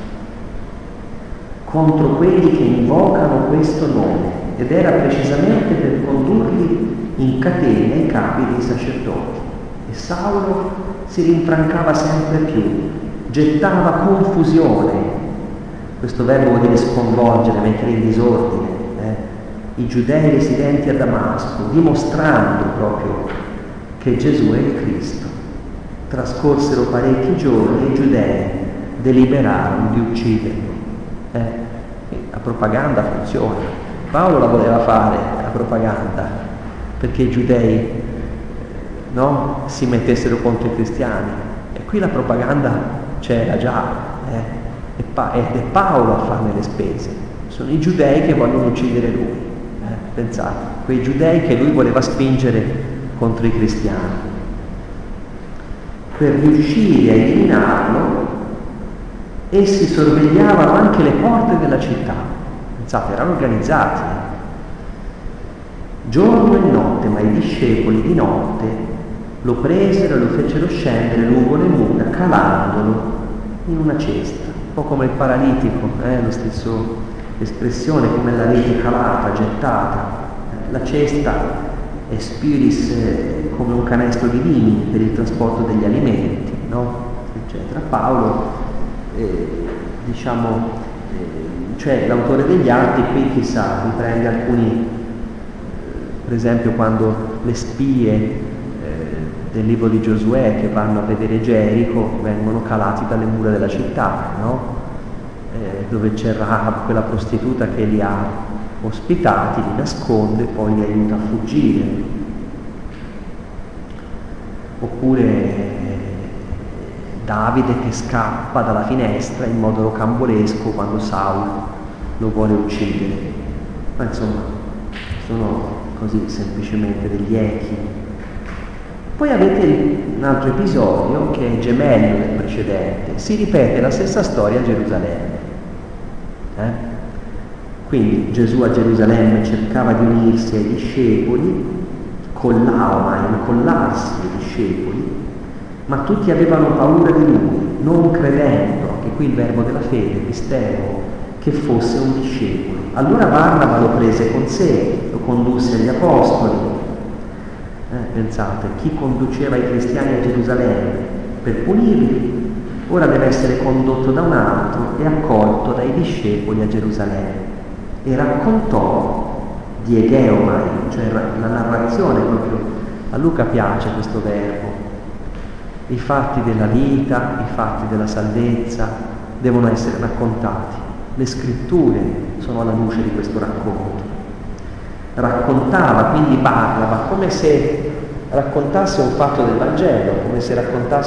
contro quelli che invocano questo nome, ed era precisamente per condurli in catene ai capi dei sacerdoti. E Saulo si rinfrancava sempre più, gettava confusione, questo verbo vuol dire sconvolgere, mettere in disordine, i giudei residenti a Damasco, dimostrando proprio che Gesù è il Cristo. Trascorsero parecchi giorni e i giudei deliberarono di ucciderlo. La propaganda funziona. Paolo la voleva fare, la propaganda, perché i giudei si mettessero contro i cristiani. E qui la propaganda c'era già, ed è Paolo a farne le spese. Sono i giudei che vogliono uccidere lui. Pensate, quei giudei che lui voleva spingere contro i cristiani. Per riuscire a eliminarlo, essi sorvegliavano anche le porte della città. Pensate, erano organizzati. Giorno e notte, ma i discepoli di notte lo presero e lo fecero scendere lungo le mura, calandolo in una cesta. Un po' come il paralitico, lo stesso espressione, come la rete calata, gettata. La cesta è spiris, come un canestro di vini per il trasporto degli alimenti, eccetera. Paolo, cioè l'autore degli Atti qui chissà, riprende alcuni, per esempio quando le spie del libro di Giosuè che vanno a vedere Gerico vengono calati dalle mura della città, dove c'è Rahab, quella prostituta che li ha ospitati, li nasconde, poi li aiuta a fuggire. Oppure Davide che scappa dalla finestra in modo rocambolesco quando Saulo lo vuole uccidere. Ma insomma, sono così semplicemente degli echi. Poi avete un altro episodio che è gemello del precedente, si ripete la stessa storia a Gerusalemme. Quindi Gesù a Gerusalemme cercava di unirsi ai discepoli, incollarsi ai discepoli, ma tutti avevano paura di lui, non credendo, anche qui il verbo della fede, mistero, che fosse un discepolo. Allora Barnaba lo prese con sé, lo condusse agli apostoli. Pensate, chi conduceva i cristiani a Gerusalemme per punirli, ora deve essere condotto da un altro e accolto dai discepoli a Gerusalemme. E raccontò di Egeomai, cioè la narrazione proprio, a Luca piace questo verbo, i fatti della vita, i fatti della salvezza devono essere raccontati, le scritture sono alla luce di questo racconto. Raccontava quindi Barnaba come se raccontasse un fatto del Vangelo, come se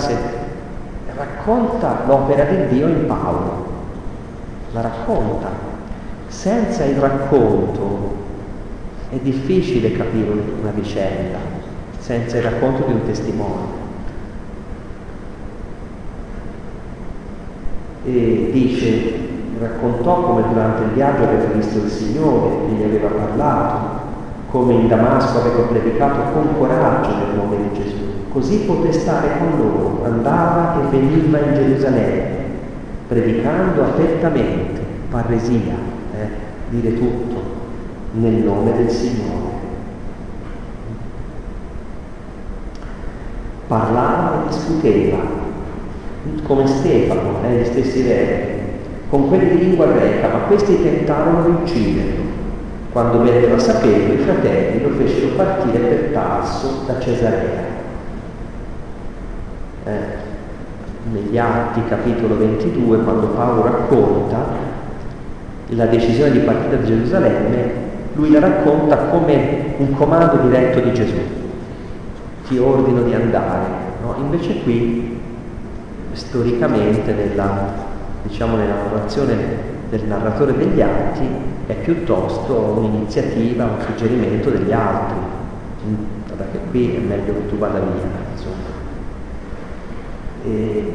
racconta l'opera di Dio in Paolo, la racconta. Senza il racconto è difficile capire una vicenda, senza il racconto di un testimone. E dice, raccontò come durante il viaggio aveva visto il Signore e gli aveva parlato, come in Damasco aveva predicato con coraggio nel nome di Gesù. Così poté stare con loro, andava e veniva in Gerusalemme, predicando apertamente, parresia, dire tutto nel nome del Signore. Parlava e discuteva, come Stefano, gli stessi verbi, con quelli di lingua greca, ma questi tentarono di ucciderlo. Quando vennero a saperlo, i fratelli lo fecero partire per Tarso da Cesarea. Negli Atti, capitolo 22, quando Paolo racconta la decisione di partire da Gerusalemme, lui la racconta come un comando diretto di Gesù. Ti ordino di andare, no? Invece qui, storicamente, nella narrazione del narratore degli Atti, è piuttosto un'iniziativa, un suggerimento degli altri. Guarda che qui è meglio che tu vada via, insomma. E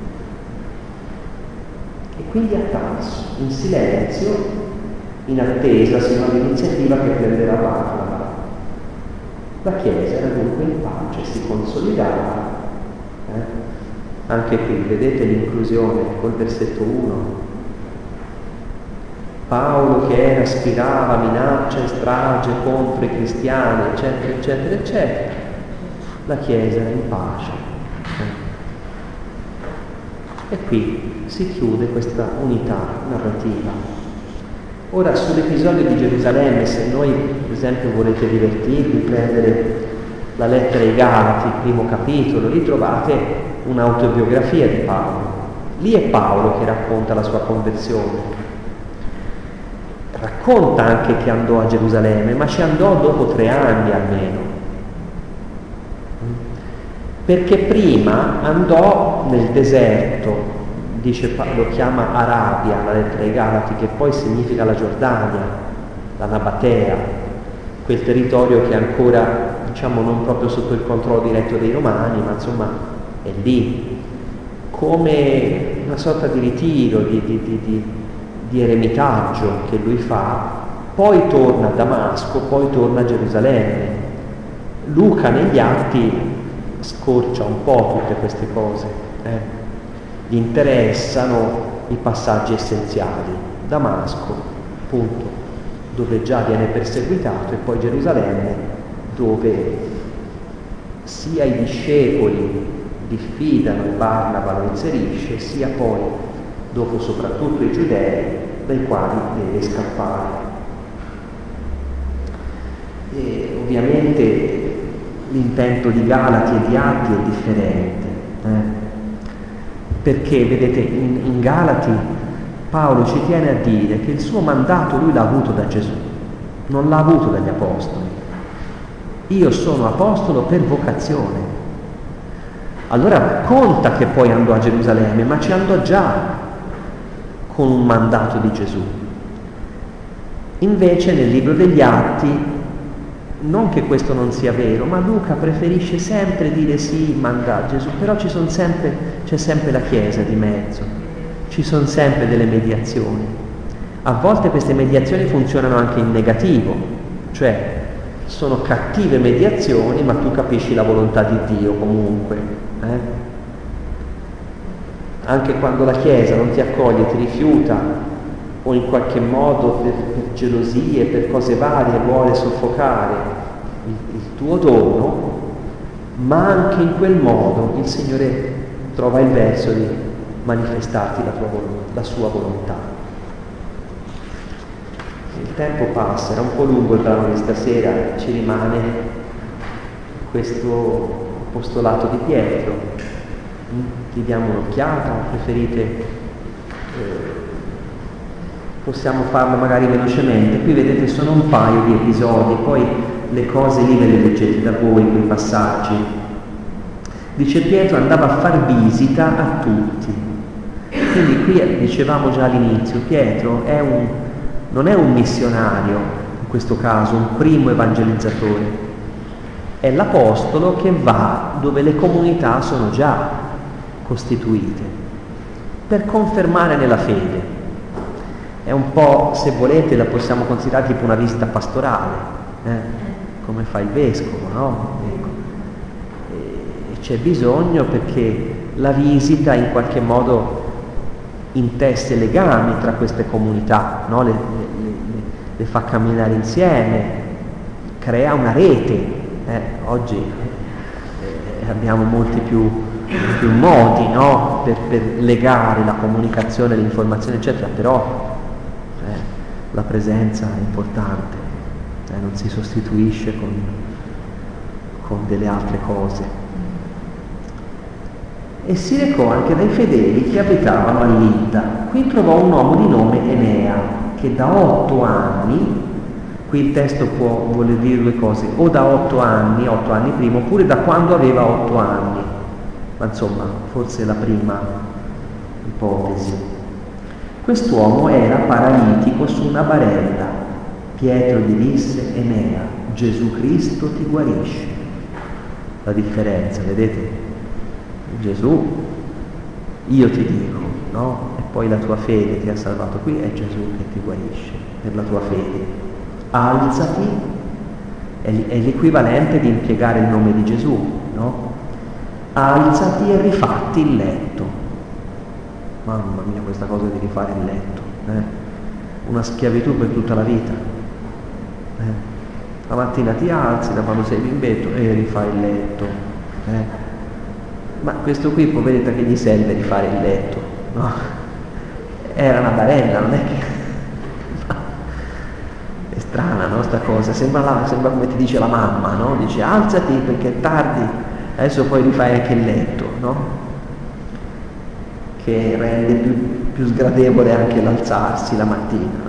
quindi a Tarso, in silenzio, in attesa sino all'iniziativa che prenderà Barnaba. La Chiesa era dunque in pace, si consolidava. Anche qui vedete l'inclusione col versetto 1. Paolo che era, aspirava, minaccia e strage contro i cristiani, eccetera, eccetera, eccetera. La Chiesa era in pace. E qui si chiude questa unità narrativa. Ora, sull'episodio di Gerusalemme, se noi per esempio volete divertirvi, prendere la lettera ai Galati, primo capitolo, lì trovate un'autobiografia di Paolo. Lì è Paolo che racconta la sua conversione. Racconta anche che andò a Gerusalemme, ma ci andò dopo 3 anni almeno. Perché prima andò nel deserto, lo chiama Arabia, la lettera ai Galati, che poi significa la Giordania, la Nabatea, quel territorio che è ancora, non proprio sotto il controllo diretto dei Romani, ma insomma è lì, come una sorta di ritiro, di eremitaggio che lui fa, poi torna a Damasco, poi torna a Gerusalemme. Luca negli Atti scorcia un po' tutte queste cose, gli interessano i passaggi essenziali. Damasco, appunto, dove già viene perseguitato, e poi Gerusalemme, dove sia i discepoli diffidano e Barnaba lo inserisce, sia poi, dopo soprattutto i giudei, dai quali deve scappare. E ovviamente l'intento di Galati e di Atti è differente, perché vedete in Galati Paolo ci tiene a dire che il suo mandato lui l'ha avuto da Gesù, non l'ha avuto dagli apostoli. Io sono apostolo per vocazione. Allora racconta che poi andò a Gerusalemme, ma ci andò già con un mandato di Gesù. Invece nel libro degli Atti, non che questo non sia vero, ma Luca preferisce sempre dire sì, manda Gesù, però c'è sempre la Chiesa di mezzo, ci sono sempre delle mediazioni. A volte queste mediazioni funzionano anche in negativo, cioè sono cattive mediazioni, ma tu capisci la volontà di Dio comunque. Anche quando la Chiesa non ti accoglie, ti rifiuta, o in qualche modo per gelosie, per cose varie vuole soffocare il tuo dono, ma anche in quel modo il Signore trova il verso di manifestarti la sua volontà. Il tempo passa, era un po' lungo il brano di stasera, ci rimane questo apostolato di Pietro. Gli diamo un'occhiata, preferite? Possiamo farlo magari velocemente. Qui vedete sono un paio di episodi, poi le cose lì ve le leggete da voi, quei passaggi. Dice Pietro andava a far visita a tutti. Quindi qui dicevamo già all'inizio, Pietro non è un missionario, in questo caso, un primo evangelizzatore. È l'apostolo che va dove le comunità sono già costituite, per confermare nella fede. È un po', se volete, la possiamo considerare tipo una visita pastorale, come fa il vescovo, no? Ecco. E c'è bisogno perché la visita in qualche modo intesse legami tra queste comunità, no? le fa camminare insieme, crea una rete. Oggi abbiamo molti più modi, no? per legare la comunicazione, l'informazione eccetera, però la presenza è importante, non si sostituisce con delle altre cose. E si recò anche dai fedeli che abitavano a Lidda. Qui trovò un uomo di nome Enea, che da 8 anni, qui il testo può voler dire due cose, o da 8 anni prima, oppure da quando aveva 8 anni, ma insomma, forse la prima ipotesi. Quest'uomo era paralitico su una barella. Pietro gli disse: Enea, Gesù Cristo ti guarisce. La differenza, vedete? Gesù, io ti dico, no? E poi la tua fede ti ha salvato. Qui è Gesù che ti guarisce per la tua fede. Alzati, è l'equivalente di impiegare il nome di Gesù, no? Alzati e rifatti il letto. Mamma mia, questa cosa di rifare il letto, una schiavitù per tutta la vita. La mattina ti alzi, da quando sei bimbetto, e rifai il letto. Ma questo qui, poveretta, che gli serve rifare il letto? No? Era una barella, non è che... È strana, no, sta cosa? Sembra come ti dice la mamma, no? Dice: alzati perché è tardi, adesso poi rifai anche il letto, no? Che rende più sgradevole anche l'alzarsi la mattina.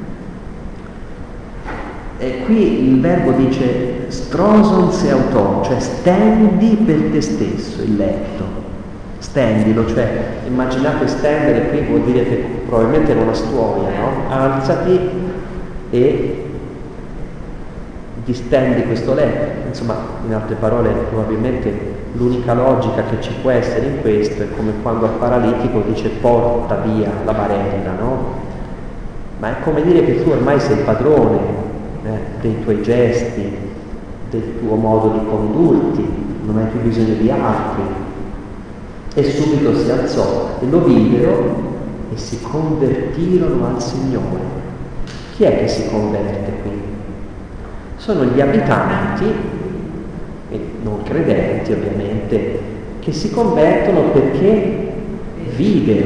E qui il verbo dice stroson se auto, cioè stendi per te stesso il letto, stendilo, cioè immaginate stendere, qui vuol dire che probabilmente era una stuoia, no? Alzati e distendi questo letto. Insomma, in altre parole, probabilmente l'unica logica che ci può essere in questo è come quando al paralitico dice porta via la barella, no? Ma è come dire che tu ormai sei il padrone dei tuoi gesti, del tuo modo di condurti, non hai più bisogno di altri. E subito si alzò e lo videro e si convertirono al Signore. Chi è che si converte qui? Sono gli abitanti, e non credenti ovviamente, che si convertono perché videro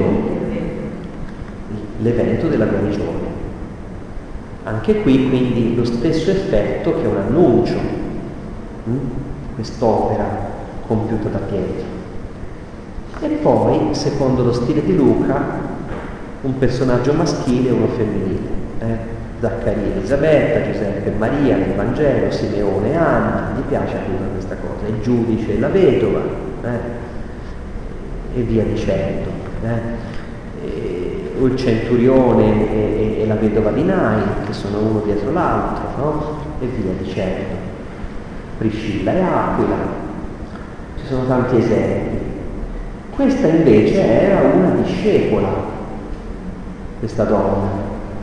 l'evento della guarigione. Anche qui quindi lo stesso effetto che un annuncio, quest'opera compiuta da Pietro. E poi, secondo lo stile di Luca, un personaggio maschile e uno femminile. Zaccaria e Elisabetta, Giuseppe e Maria nel Vangelo, Simeone e Anna, gli piace a Luca questa cosa, il giudice e la vedova, e via dicendo. O il centurione e la vedova di Nain, che sono uno dietro l'altro, no? E via dicendo. Priscilla e Aquila, ci sono tanti esempi. Questa invece era una discepola, questa donna.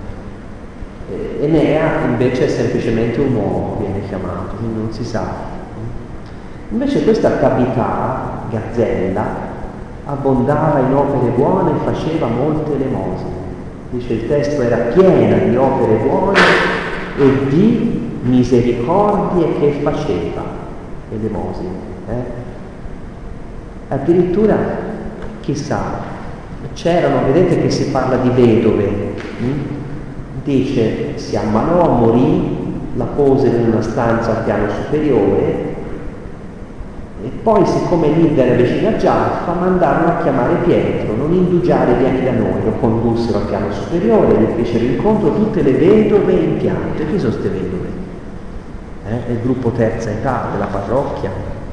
Enea invece è semplicemente un uomo, viene chiamato, quindi non si sa. Invece questa Tabità, Gazzella, abbondava in opere buone e faceva molte elemosine. Dice il testo, era piena di opere buone e di misericordie che faceva elemosine. Addirittura, chissà, c'erano, vedete che si parla di vedove, dice si ammalò, morì, la pose in una stanza al piano superiore. E poi, siccome Lidda era vicino a Giaffa, mandarono a chiamare Pietro: non indugiare, vieni da noi. Lo condussero al piano superiore, gli fecero incontro tutte le vedove in pianto. E chi sono queste vedove? È il gruppo terza età della parrocchia,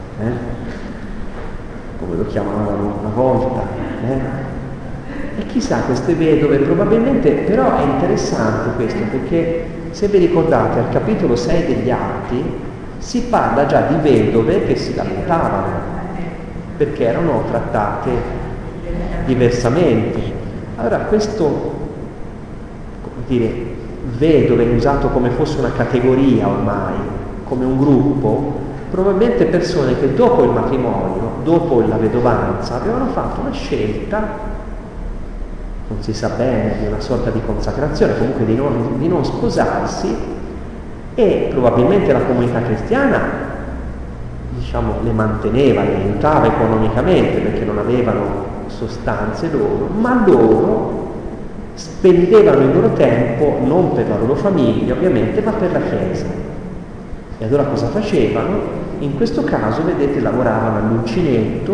come lo chiamavano una volta. E chissà, queste vedove, probabilmente, però è interessante questo, perché se vi ricordate al capitolo 6 degli Atti si parla già di vedove che si lamentavano perché erano trattate diversamente. Allora questo, come dire, vedove usato come fosse una categoria ormai, come un gruppo, probabilmente persone che dopo il matrimonio, dopo la vedovanza, avevano fatto una scelta non si sa bene, di una sorta di consacrazione, comunque di non sposarsi, e probabilmente la comunità cristiana, diciamo, le manteneva, le aiutava economicamente perché non avevano sostanze loro, ma loro spendevano il loro tempo non per la loro famiglia ovviamente, ma per la Chiesa. E allora cosa facevano? In questo caso, vedete, lavoravano all'uncinetto,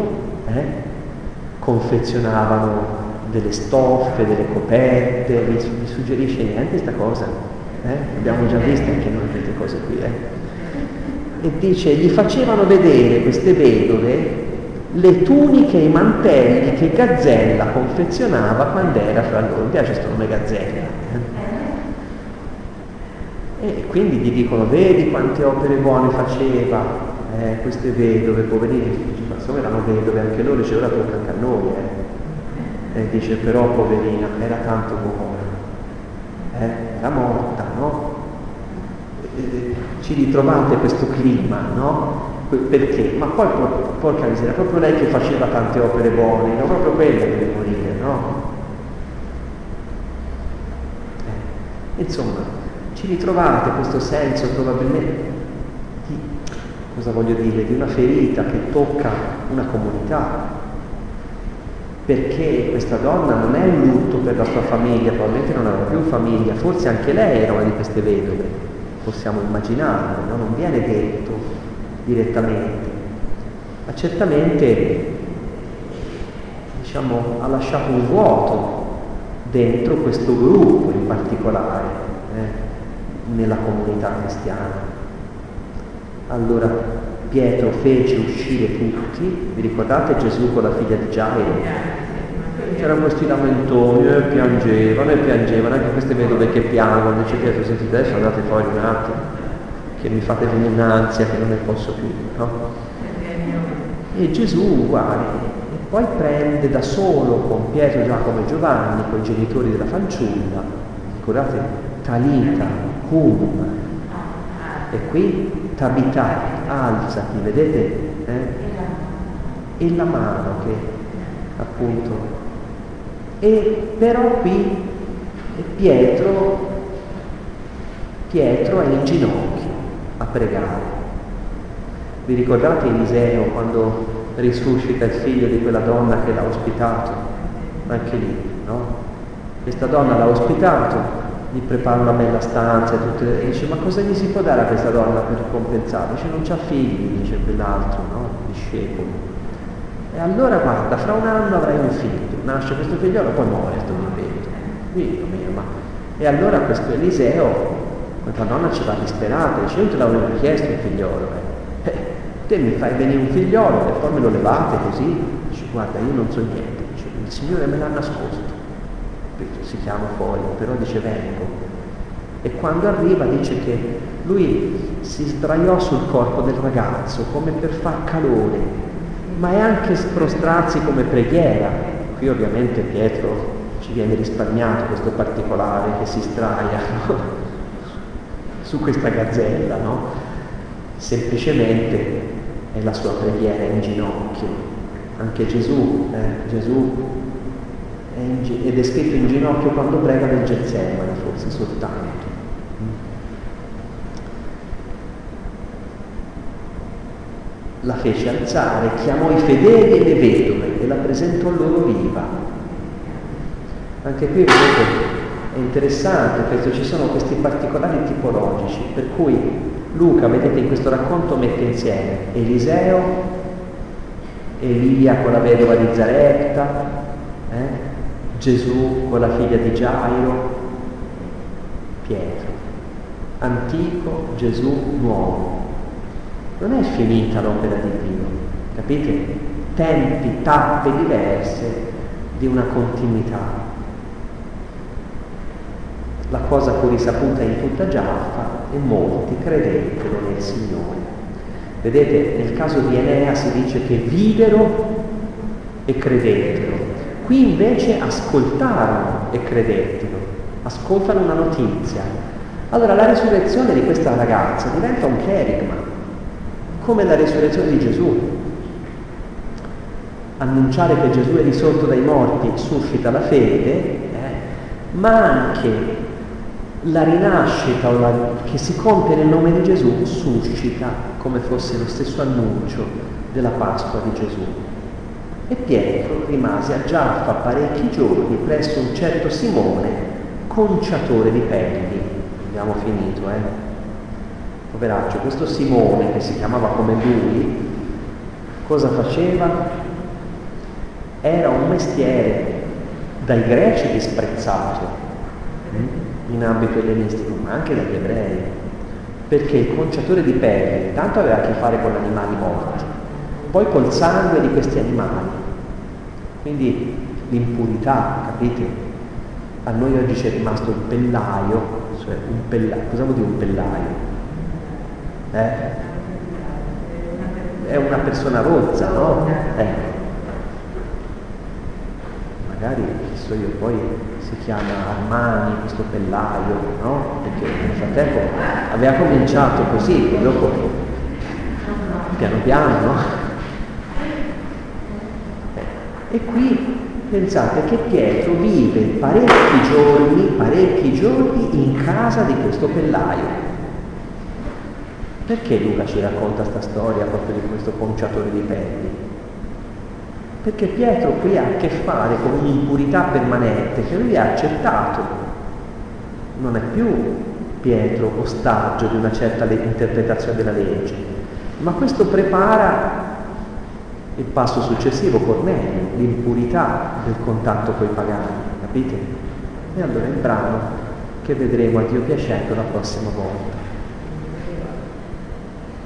confezionavano delle stoffe, delle coperte. Vi suggerisce niente sta cosa? Abbiamo già visto anche noi queste cose qui. E dice, gli facevano vedere queste vedove le tuniche e i mantelli che Gazzella confezionava quando era fra loro. Mi piace questo nome Gazzella. E quindi gli dicono, vedi quante opere buone faceva queste vedove, poverine. Insomma, erano vedove anche loro, dice, ora tocca anche a noi. E dice, però poverina, era tanto buona, era morta, no? Ci ritrovate questo clima, no? Perché? Ma poi, porca miseria, proprio lei che faceva tante opere buone, no? Proprio quella che deve morire, no? Insomma, ci ritrovate questo senso probabilmente di, cosa voglio dire, di una ferita che tocca una comunità, perché questa donna non è in lutto per la sua famiglia, probabilmente non aveva più famiglia, forse anche lei era una di queste vedove, possiamo immaginarlo, no? Non viene detto direttamente, ma certamente, diciamo, ha lasciato un vuoto dentro questo gruppo in particolare, nella comunità cristiana. Allora Pietro fece uscire tutti, vi ricordate Gesù con la figlia di Gairo? C'erano questi lamentoni e piangevano, anche queste vedove che piangono. Dice Pietro, sentite, adesso andate fuori un attimo, che mi fate venire un'ansia che non ne posso più, no? E Gesù uguale, e poi prende da solo con Pietro, Giacomo e Giovanni, con i genitori della fanciulla, ricordate, Talita, cum, e qui Tabità, alzati, vedete? E la mano che appunto, e però qui Pietro è in ginocchio a pregare. Vi ricordate Eliseo quando risuscita il figlio di quella donna che l'ha ospitato? Anche lì, no? Questa donna l'ha ospitato, gli prepara una bella stanza e dice, ma cosa gli si può dare a questa donna per compensare? Dice, non c'ha figli, dice quell'altro, no? Discepolo. E allora guarda, fra un anno avrai un figlio, nasce questo figliolo, poi muore questo bambino. Figlio mio, ma... E allora questo Eliseo, questa donna ci va disperata, dice, io te l'avevo chiesto un figliolo, te mi fai venire un figliolo e poi me lo levate così? Dice, guarda, io non so niente, dice, il Signore me l'ha nascosto. Si chiama fuori, però dice vengo. E quando arriva dice che lui si sdraiò sul corpo del ragazzo come per far calore, ma è anche prostrarsi come preghiera. Qui ovviamente Pietro ci viene risparmiato questo particolare che si sdraia, no? Su questa gazzella, no? Semplicemente è la sua preghiera in ginocchio. Anche Gesù è descritto in ginocchio quando prega nel Getsemani, forse soltanto. La fece alzare, chiamò i fedeli e le vedove e la presentò loro viva. Anche qui vedete, è interessante, perché ci sono questi particolari tipologici, per cui Luca, vedete, in questo racconto mette insieme Eliseo, Elia con la vedova di Zarepta, Gesù con la figlia di Gairo, Pietro, antico, Gesù nuovo. Non è finita l'opera di Dio, capite? Tempi, tappe diverse di una continuità. La cosa fu risaputa in tutta Giaffa e molti credettero nel Signore. Vedete, nel caso di Enea si dice che videro e credettero. Qui invece ascoltarono e credettero, ascoltano una notizia. Allora la risurrezione di questa ragazza diventa un cherigma, come la risurrezione di Gesù. annunciare che Gesù è risorto dai morti suscita la fede, ma anche la rinascita che si compie nel nome di Gesù suscita come fosse lo stesso annuncio della Pasqua di Gesù. E Pietro rimase a Giaffa parecchi giorni presso un certo Simone, conciatore di pelli. Abbiamo finito, Poveraccio, questo Simone, che si chiamava come lui, cosa faceva? Era un mestiere dai greci disprezzato in ambito ellenistico, ma anche dagli ebrei, perché il conciatore di pelli tanto aveva a che fare con animali morti, poi col sangue di questi animali, quindi l'impurità, capite? A noi oggi c'è rimasto il pellaio, cioè un pellaio, cosa vuol dire un pellaio? È una persona rozza, no? Magari, so io, poi si chiama Armani questo pellaio, no? Perché nel frattempo aveva cominciato così, poi dopo piano piano, no? E qui pensate che Pietro vive parecchi giorni in casa di questo pellaio. Perché Luca ci racconta questa storia proprio di questo conciatore di pelli? Perché Pietro qui ha a che fare con un'impurità permanente che lui ha accettato. Non è più Pietro ostaggio di una certa interpretazione della legge, ma questo prepara il passo successivo, Cornelio, l'impurità del contatto coi pagani, capite? E allora il brano che vedremo a Dio piacendo la prossima volta.